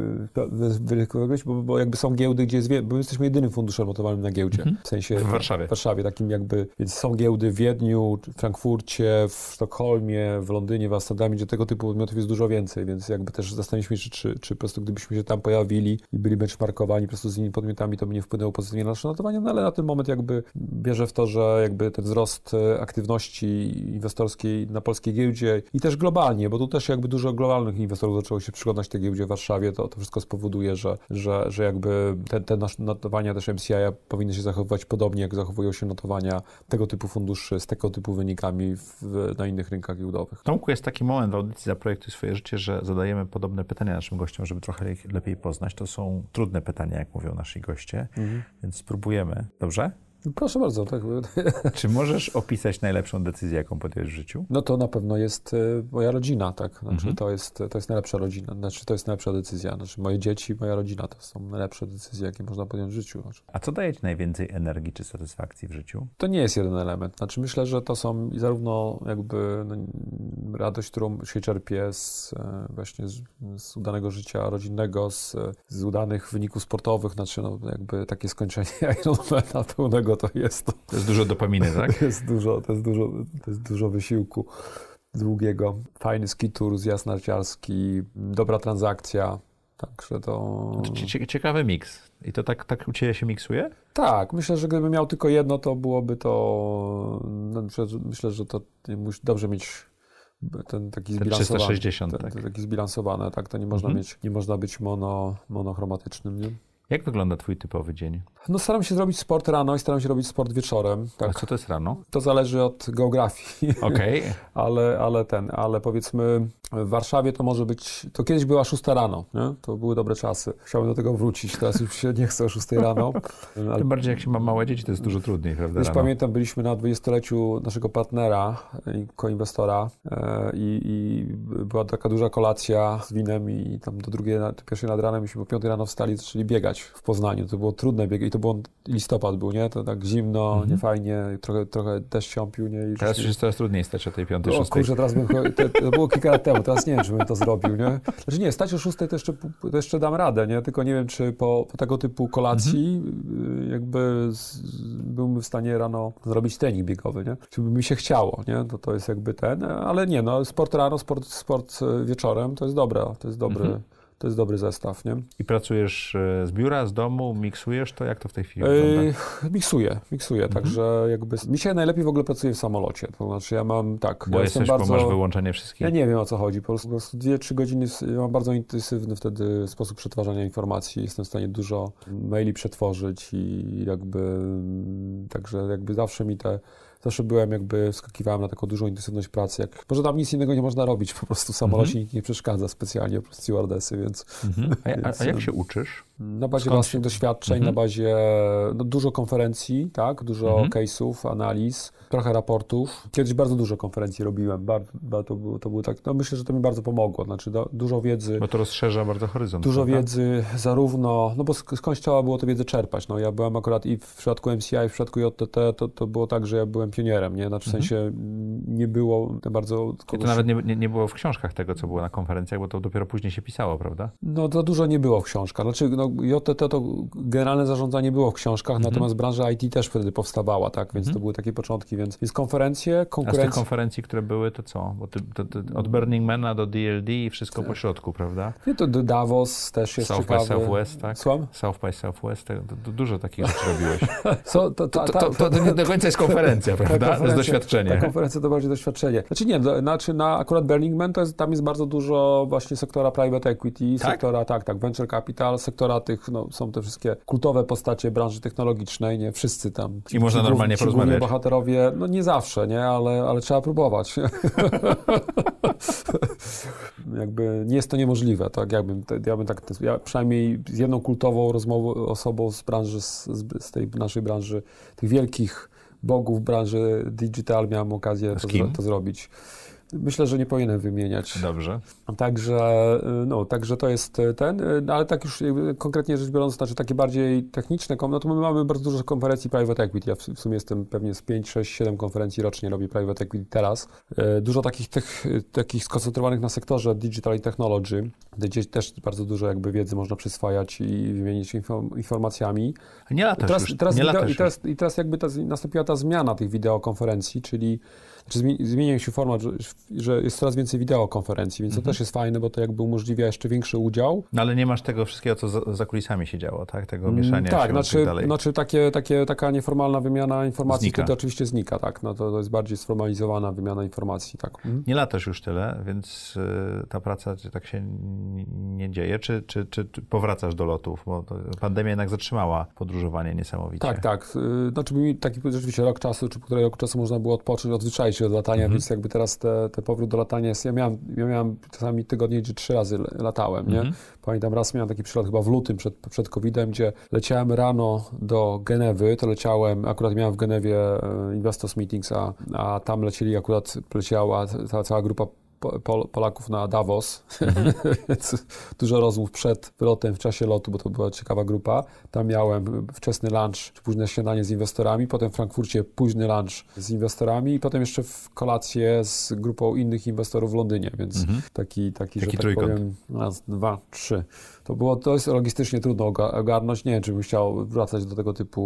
bo jakby są giełdy, gdzie jest, bo my jesteśmy jedynym funduszem notowanym na giełdzie, w sensie w Warszawie, takim jakby, więc są giełdy w Wiedniu, w Frankfurcie, w Sztokholmie, w Londynie, w Amsterdamie, gdzie tego typu podmiotów jest dużo więcej, więc jakby też zastanowiliśmy się, czy po prostu gdybyśmy się tam pojawili i byli benchmarkowani po prostu z innymi podmiotami, to by nie wpłynęło pozytywnie na nasze notowanie, no ale na ten moment jakby wierzę w to, że jakby ten wzrost aktywności inwestorskiej na polskiej giełdzie i też globalnie, bo tu też jakby dużo globalnych inwestorów zaczęło się przyglądać tej giełdzie w Warszawie, to wszystko spowoduje, że jakby te nasze notowania też MCI powinny się zachowywać podobnie, jak zachowują się notowania tego typu funduszy z tego typu wynikami na innych rynkach giełdowych. Tomku, jest taki moment w audycji Zaprojektuj swoje życie, że zadajemy podobne pytania naszym gościom, żeby trochę ich lepiej poznać. To są trudne pytania, jak mówią nasi goście, więc spróbujemy. Dobrze? Proszę bardzo. Tak. Czy możesz opisać najlepszą decyzję, jaką podjąłeś w życiu? No to na pewno jest moja rodzina, tak. Znaczy, to jest najlepsza rodzina, to jest najlepsza decyzja. Znaczy, moje dzieci, moja rodzina to są najlepsze decyzje, jakie można podjąć w życiu. Znaczy. A co daje ci najwięcej energii czy satysfakcji w życiu? To nie jest jeden element. Znaczy, myślę, że to są zarówno jakby radość, którą się czerpie właśnie z udanego życia rodzinnego, z udanych wyników sportowych, znaczy jakby takie skończenie Ironmana pełnego to jest. To jest dużo dopaminy, tak? To jest dużo wysiłku długiego. Fajny ski tour, zjazd narciarski, dobra transakcja. Także to... Ciekawy miks. I to tak u Ciebie się miksuje? Tak, myślę, że gdybym miał tylko jedno, to byłoby to... Myślę, że to musi dobrze mieć ten taki zbilansowany. 360, tak. Taki zbilansowany, tak? To nie można być monochromatycznym, nie? Jak wygląda twój typowy dzień? No staram się zrobić sport rano i staram się robić sport wieczorem. Tak. A co to jest rano? To zależy od geografii. Okej. ale powiedzmy w Warszawie to może być, to kiedyś była 6 rano, nie? To były dobre czasy. Chciałbym do tego wrócić, teraz już się nie chcę o 6 rano. Ale Tym bardziej jak się ma małe dzieci, to jest dużo trudniej, prawda? już Rano. pamiętam, byliśmy na 20-leciu naszego partnera, koinwestora i była taka duża kolacja z winem i tam do pierwszej nad ranem myśmy po 5 rano wstali i zaczęli biegać w Poznaniu. To było trudne biegać i to był listopad był, nie? To tak zimno, niefajnie, trochę deszcz siąpił, nie? I Teraz już jest coraz trudniej stać o tej 5, o 6. kurczę, teraz to było kilka lat temu, teraz nie wiem, czy bym to zrobił, nie? Znaczy nie, stać o 6 to jeszcze dam radę, nie? Tylko nie wiem, czy po tego typu kolacji jakby byłbym w stanie rano zrobić trening biegowy, nie? Czy by mi się chciało, nie? To jest jakby ale nie, no sport rano, sport wieczorem to jest dobre, to jest dobry zestaw, nie? I pracujesz z biura, z domu, miksujesz to? Jak to w tej chwili wygląda? Miksuję, także jakby mi się najlepiej w ogóle pracuje w samolocie, to znaczy ja mam Bo masz wyłączenie wszystkich? Ja nie wiem, o co chodzi, po prostu 2-3 godziny mam bardzo intensywny wtedy sposób przetwarzania informacji, jestem w stanie dużo maili przetworzyć i jakby, także jakby zawsze byłem skakiwałem na taką dużą intensywność pracy. Może tam nic innego nie można robić, po prostu w samolocie nikt nie przeszkadza specjalnie, po prostu stewardesy, więc... A jak się uczysz? Na bazie własnych doświadczeń, na bazie dużo konferencji, tak, dużo case'ów, analiz, trochę raportów. Kiedyś bardzo dużo konferencji robiłem, to było tak, myślę, że to mi bardzo pomogło, znaczy dużo wiedzy. Bo to rozszerza bardzo horyzont. Dużo wiedzy, zarówno, bo skądś trzeba było tę wiedzę czerpać, ja byłem akurat i w przypadku MCI, i w przypadku JTT, to było tak, że ja byłem pionierem, nie? Znaczy w sensie nie było bardzo... To nawet nie było w książkach tego, co było na konferencjach, bo to dopiero później się pisało, prawda? No to dużo nie było w książkach. Znaczy JTT to generalne zarządzanie było w książkach, natomiast branża IT też wtedy powstawała, tak? Więc to były takie początki, więc konferencje, konkurencje... A z tych konferencji, które były, to co? Bo od Burning Mana do DLD i wszystko po środku, prawda? Nie, to Davos też jest ciekawy. South by Southwest, tak? Słucham? South by Southwest, to dużo takich rzeczy robiłeś. To nie do końca jest konferencja, prawda? To jest doświadczenie. Ta konferencja to bardziej doświadczenie. Znaczy nie, na akurat Burning Man tam jest bardzo dużo właśnie sektora private equity, sektora, venture capital, sektora tych, są te wszystkie kultowe postacie branży technologicznej, nie? Wszyscy tam. I można normalnie porozmawiać. Bohaterowie, nie zawsze, nie? Ale trzeba próbować. Jakby nie jest to niemożliwe, tak? Ja przynajmniej z jedną kultową osobą z branży, z tej naszej branży, tych wielkich bogów branży digital miałem okazję to zrobić. Myślę, że nie powinienem wymieniać. Dobrze. Także to jest ale tak już konkretnie rzecz biorąc, znaczy takie bardziej techniczne, to my mamy bardzo dużo konferencji private equity. Ja w sumie jestem pewnie z 5, 6, 7 konferencji rocznie robię private equity teraz. Dużo takich skoncentrowanych na sektorze digital i technology, gdzie też bardzo dużo wiedzy można przyswajać i wymienić informacjami. Nie latasz już. I teraz nastąpiła ta zmiana tych wideokonferencji, czyli zmienił się format, że jest coraz więcej wideokonferencji, więc to też jest fajne, bo to umożliwia jeszcze większy udział. No ale nie masz tego wszystkiego, co za kulisami się działo, tak? Tego mieszania się znaczy, tak dalej. Znaczy taka nieformalna wymiana informacji znika. To oczywiście znika, tak? To jest bardziej sformalizowana wymiana informacji, tak. Nie latasz już tyle, więc ta praca tak się nie dzieje. Czy powracasz do lotów? Bo pandemia jednak zatrzymała podróżowanie niesamowicie. Tak. Znaczy taki rzeczywiście rok czasu, czy półtorej roku czasu można było odpocząć, odzwyczaić się od latania, więc teraz te powrót do latania jest. Ja miałem czasami tygodnie, gdzie 3 razy latałem, nie? Pamiętam, raz miałem taki przylot chyba w lutym przed COVID-em, gdzie leciałem rano do Genewy, akurat miałem w Genewie Investors Meetings, a tam leciała ta cała grupa Polaków na Davos, więc dużo rozmów przed wylotem, w czasie lotu, bo to była ciekawa grupa. Tam miałem wczesny lunch, czy późne śniadanie z inwestorami, potem w Frankfurcie późny lunch z inwestorami i potem jeszcze w kolację z grupą innych inwestorów w Londynie, więc taki że tak trójkąt. powiem, 1, 2, 3. To jest logistycznie trudno ogarnąć. Nie wiem, czy bym chciał wracać do tego typu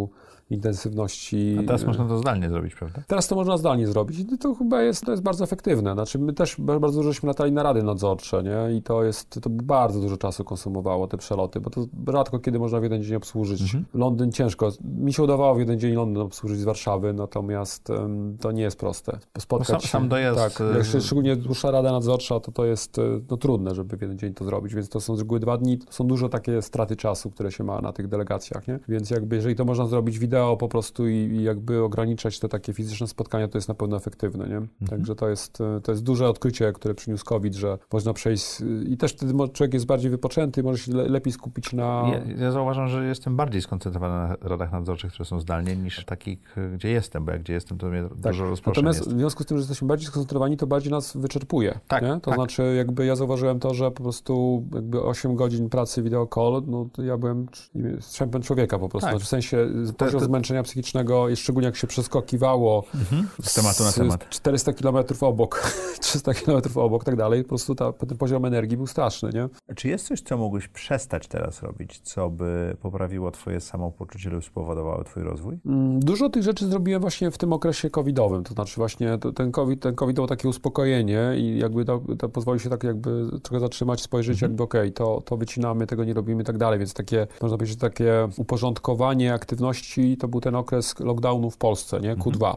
intensywności. A teraz można to zdalnie zrobić, prawda? Teraz to można zdalnie zrobić i to chyba to jest bardzo efektywne. Znaczy my też bardzo dużo żeśmy latali na rady nadzorcze, nie? I to bardzo dużo czasu konsumowało te przeloty, bo to rzadko kiedy można w jeden dzień obsłużyć. Londyn ciężko. Mi się udawało w jeden dzień Londyn obsłużyć z Warszawy, natomiast to nie jest proste. Spotkać sam dojazd... Tak, szczególnie dłuższa rada nadzorcza, to jest trudne, żeby w jeden dzień to zrobić, więc to są z reguły 2 dni. To są dużo takie straty czasu, które się ma na tych delegacjach, nie? Więc jakby jeżeli to można zrobić wideo po prostu i jakby ograniczać te takie fizyczne spotkania, to jest na pewno efektywne, nie? Także to jest duże odkrycie, które przyniósł COVID, że można przejść i też wtedy człowiek jest bardziej wypoczęty, może się lepiej skupić na... Ja zauważam, że jestem bardziej skoncentrowany na radach nadzorczych, które są zdalnie, niż takich, gdzie jestem, bo jak gdzie jestem, to mnie dużo rozproszeń Natomiast jest. w związku z tym, że jesteśmy bardziej skoncentrowani, to bardziej nas wyczerpuje, tak, nie? To znaczy jakby ja zauważyłem to, że po prostu jakby 8 godzin pracy video call, no to ja byłem strzępem człowieka po prostu. Tak. Znaczy w sensie poziom zmęczenia psychicznego, szczególnie jak się przeskakiwało z tematu na temat. 400 km obok, 300 km obok, tak dalej, po prostu ten poziom energii był straszny, nie? Czy jest coś, co mógłbyś przestać teraz robić, co by poprawiło twoje samopoczucie lub spowodowało twój rozwój? Dużo tych rzeczy zrobiłem właśnie w tym okresie covidowym, to znaczy właśnie ten COVID dało takie uspokojenie i jakby to pozwoli się tak jakby trochę zatrzymać, spojrzeć jakby to wycinamy, tego nie robimy i tak dalej, więc takie, można powiedzieć, takie uporządkowanie aktywności, to był ten okres lockdownu w Polsce, nie? Q2,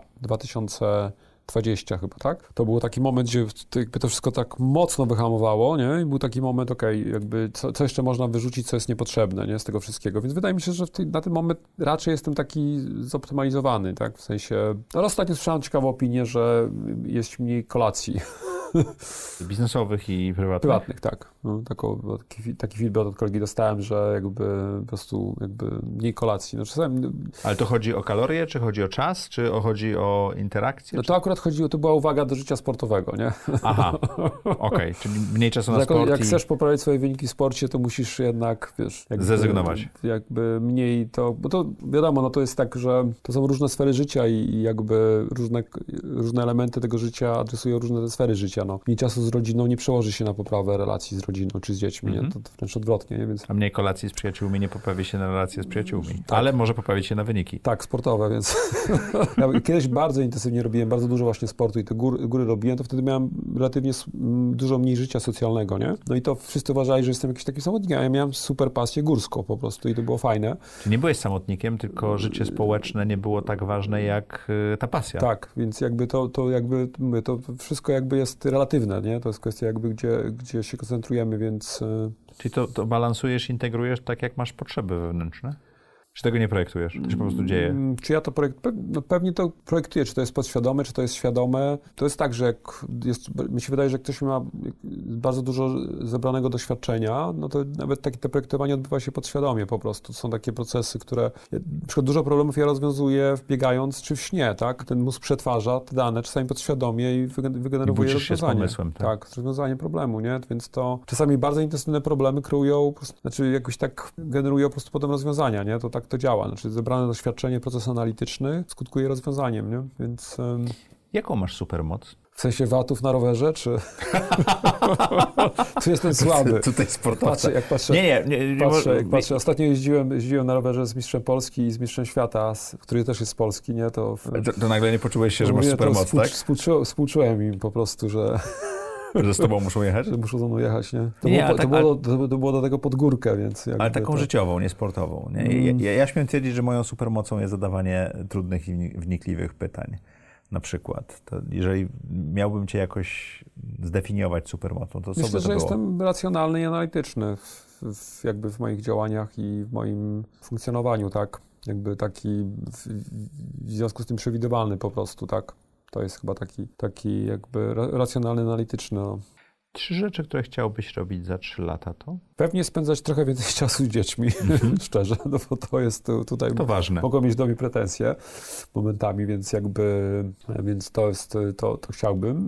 2020 chyba, tak? To był taki moment, gdzie jakby to wszystko tak mocno wyhamowało, nie? I był taki moment, jakby co jeszcze można wyrzucić, co jest niepotrzebne, nie? Z tego wszystkiego. Więc wydaje mi się, że na ten moment raczej jestem taki zoptymalizowany, tak? W sensie, ale ostatnio słyszałem ciekawą opinię, że jest mniej kolacji. Biznesowych i prywatnych? Prywatnych, tak. No, taki feedback od kolegi dostałem, że jakby po prostu mniej kolacji. No, czasami... Ale to chodzi o kalorie, czy chodzi o czas, czy chodzi o interakcję? No to akurat chodziło, to była uwaga do życia sportowego, nie? Aha, okej, czyli mniej czasu na sport jak chcesz poprawić swoje wyniki w sporcie, to musisz jednak, wiesz... zrezygnować. Jakby mniej to... Bo to wiadomo, no to jest tak, że to są różne sfery życia i jakby różne elementy tego życia adresują różne sfery życia, no. Mniej czasu z rodziną nie przełoży się na poprawę relacji z rodziną czy z dziećmi, nie? To wręcz odwrotnie, nie? Więc... A mniej kolacji z przyjaciółmi nie poprawi się na relacje z przyjaciółmi, ale może poprawić się na wyniki. Tak, sportowe, więc ja kiedyś bardzo intensywnie robiłem, bardzo dużo właśnie sportu i te góry robiłem, to wtedy miałem relatywnie dużo mniej życia socjalnego, nie? No i to wszyscy uważali, że jestem jakiś taki samotnik, a ja miałem super pasję górską po prostu i to było fajne. Czyli nie byłeś samotnikiem, tylko życie społeczne nie było tak ważne jak ta pasja. Tak, więc jakby to wszystko jakby jest relatywne, nie? To jest kwestia jakby, gdzie się koncentrujemy, więc... Czyli to balansujesz, integrujesz tak, jak masz potrzeby wewnętrzne? Czy tego nie projektujesz? To się po prostu dzieje? Czy ja to no pewnie to projektuję, czy to jest podświadome, czy to jest świadome. To jest tak, że mi się wydaje, że ktoś ma bardzo dużo zebranego doświadczenia, no to nawet to projektowanie odbywa się podświadomie po prostu. To są takie procesy, które... Na przykład dużo problemów ja rozwiązuję biegając czy w śnie, tak? Ten mózg przetwarza te dane czasami podświadomie i wygenerowuje rozwiązanie. Się z pomysłem, tak? Tak, rozwiązanie problemu, nie? Więc to czasami bardzo intensywne problemy kreują, znaczy jakoś tak generują po prostu potem rozwiązania, nie? To tak to działa. Znaczy zebrane doświadczenie, proces analityczny skutkuje rozwiązaniem, nie? Więc... Jaką masz supermoc? W sensie watów na rowerze, czy... Tu jestem słaby. Tutaj sportowca. Patrzę. Ostatnio jeździłem na rowerze z mistrzem Polski i z mistrzem świata, który też jest z Polski, nie? To nagle nie poczułeś się, że masz supermoc, tak? Współczułem im po prostu, że... Że z tobą muszą jechać? Że muszą ze mną jechać, nie? To było do tego pod górkę, więc... Ale taką życiową, nie sportową, nie? Ja śmiem twierdzić, że moją supermocą jest zadawanie trudnych i wnikliwych pytań. Na przykład. To jeżeli miałbym cię jakoś zdefiniować supermocą, to co by to było? Myślę, że jestem racjonalny i analityczny jakby w moich działaniach i w moim funkcjonowaniu, tak? Jakby taki w związku z tym przewidywalny po prostu, tak? To jest chyba taki jakby racjonalny, analityczny. No. 3 rzeczy, które chciałbyś robić za 3 lata, to? Pewnie spędzać trochę więcej czasu z dziećmi, szczerze, no bo to jest tutaj... To ważne. Mogą mieć do mnie pretensje momentami, więc to chciałbym.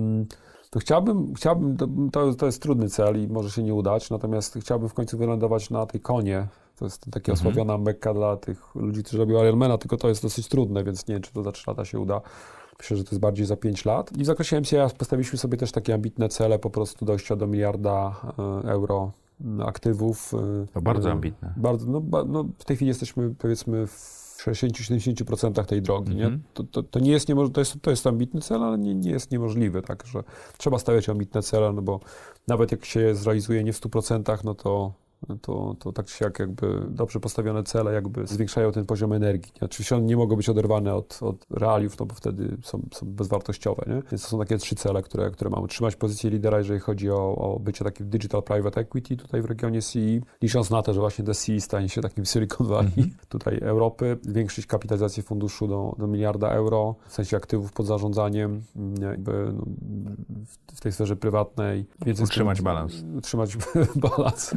To jest trudny cel i może się nie udać, natomiast chciałbym w końcu wylądować na tej Konie. To jest taka osławiona Mekka dla tych ludzi, którzy robią Ironmana, tylko to jest dosyć trudne, więc nie wiem, czy to za 3 lata się uda. Myślę, że to jest bardziej za 5 lat. I w zakresie MCA postawiliśmy sobie też takie ambitne cele, po prostu dojścia do 1 miliarda euro aktywów. To bardzo ambitne. Bardzo, w tej chwili jesteśmy, powiedzmy, w 60-70% tej drogi. Nie? To nie jest to jest ambitny cel, ale nie jest niemożliwy. Tak? Że trzeba stawiać ambitne cele, no bo nawet jak się zrealizuje nie w 100%, no to tak czy jak jakby dobrze postawione cele jakby zwiększają ten poziom energii. Nie? Oczywiście one nie mogą być oderwane od realiów, no bo wtedy są bezwartościowe. Nie? Więc to są takie 3 cele, które mamy. Trzymać pozycję lidera, jeżeli chodzi o bycie takim digital private equity tutaj w regionie CE, licząc na to, że właśnie te CE stanie się takim Silicon Valley tutaj Europy, zwiększyć kapitalizację funduszu do €1 miliarda, w sensie aktywów pod zarządzaniem, jakby w tej sferze prywatnej. Utrzymać balans. Utrzymać balans.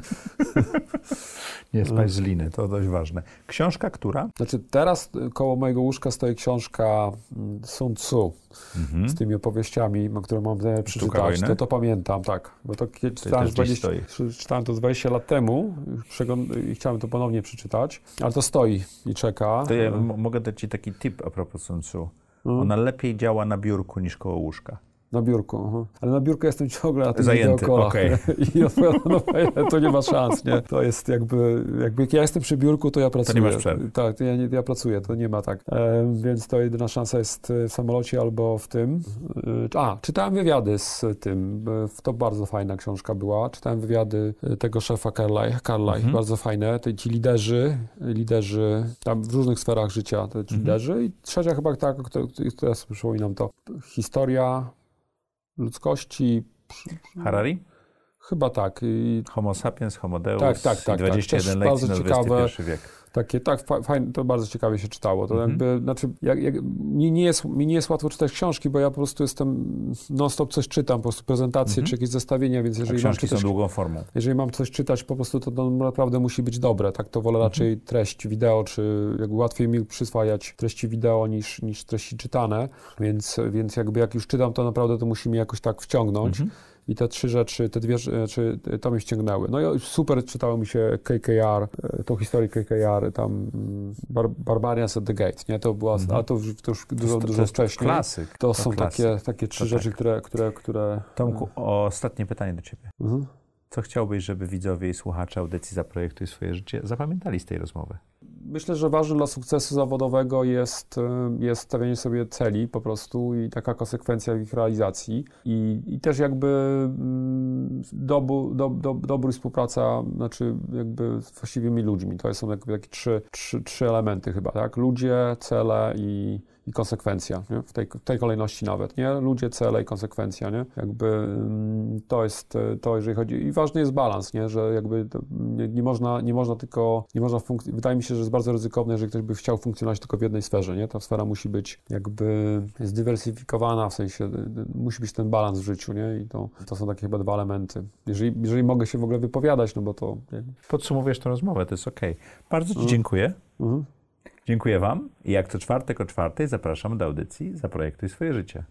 Nie spać z liny, to dość ważne. Książka która? Znaczy teraz koło mojego łóżka stoi książka Sun Tzu z tymi opowieściami, które mam przeczytać. To pamiętam, tak. Bo to czytałem to 20 lat temu i chciałem to ponownie przeczytać, ale to stoi i czeka. To ja mogę dać ci taki tip a propos Sun Tzu. Ona lepiej działa na biurku niż koło łóżka. Na biurku, ale na biurku jestem ciągle na tych zajęty, wideokolach. I odpowiadam, to nie ma szans, nie? To jest jakby jak ja jestem przy biurku, to ja pracuję. To nie masz przerwy. Tak, to ja pracuję, to nie ma tak. Więc to jedyna szansa jest w samolocie albo w tym. Czytałem wywiady z tym, to bardzo fajna książka była. Czytałem wywiady tego szefa Carlyle, bardzo fajne. Ci liderzy tam w różnych sferach życia, te liderzy. I trzecia chyba taka, która sobie przypominam, to historia ludzkości. Harari? Chyba tak. Homo sapiens, Homo Deus, tak, 21 lekcji na XXI wiek. Fajne, to bardzo ciekawie się czytało. To jakby, mi nie jest łatwo czytać książki, bo ja po prostu jestem non-stop coś czytam, po prostu prezentacje czy jakieś zestawienia, więc jeżeli książki są długą formą. Jeżeli mam coś czytać, po prostu to naprawdę musi być dobre, tak? To wolę raczej treść wideo, czy jakby łatwiej mi przyswajać treści wideo niż treści czytane, więc jakby jak już czytam, to naprawdę to musi mnie jakoś tak wciągnąć. I te 3 rzeczy, te 2 rzeczy, to mnie ściągnęły. No i super czytało mi się KKR, tą historię KKR, tam Barbarians at the Gate, nie? To była, a to już dużo wcześniej. Klasyk. To są takie 3 rzeczy, które... Tomku, ostatnie pytanie do ciebie. Co chciałbyś, żeby widzowie i słuchacze audycji Zaprojektuj swoje życie zapamiętali z tej rozmowy? Myślę, że ważne dla sukcesu zawodowego jest stawianie sobie celi po prostu i taka konsekwencja w ich realizacji i też jakby dobór i współpraca, znaczy jakby z właściwymi ludźmi. To są jakby takie trzy elementy chyba, tak? Ludzie, cele i konsekwencja, nie? W tej kolejności nawet, nie? Ludzie, cele i konsekwencja, nie? Jakby to jest to, jeżeli chodzi... I ważny jest balans, nie? Że jakby nie można wydaje mi się, że jest bardzo ryzykowne, jeżeli ktoś by chciał funkcjonować tylko w jednej sferze, nie? Ta sfera musi być jakby zdywersyfikowana, w sensie musi być ten balans w życiu, nie? I to są takie chyba 2 elementy. Jeżeli mogę się w ogóle wypowiadać, no bo to... Podsumowujesz tę rozmowę, to jest okej. Bardzo ci dziękuję. Dziękuję wam i jak co czwartek o 4:00 zapraszam do audycji Zaprojektuj swoje życie.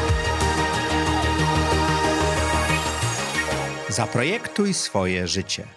Zaprojektuj swoje życie.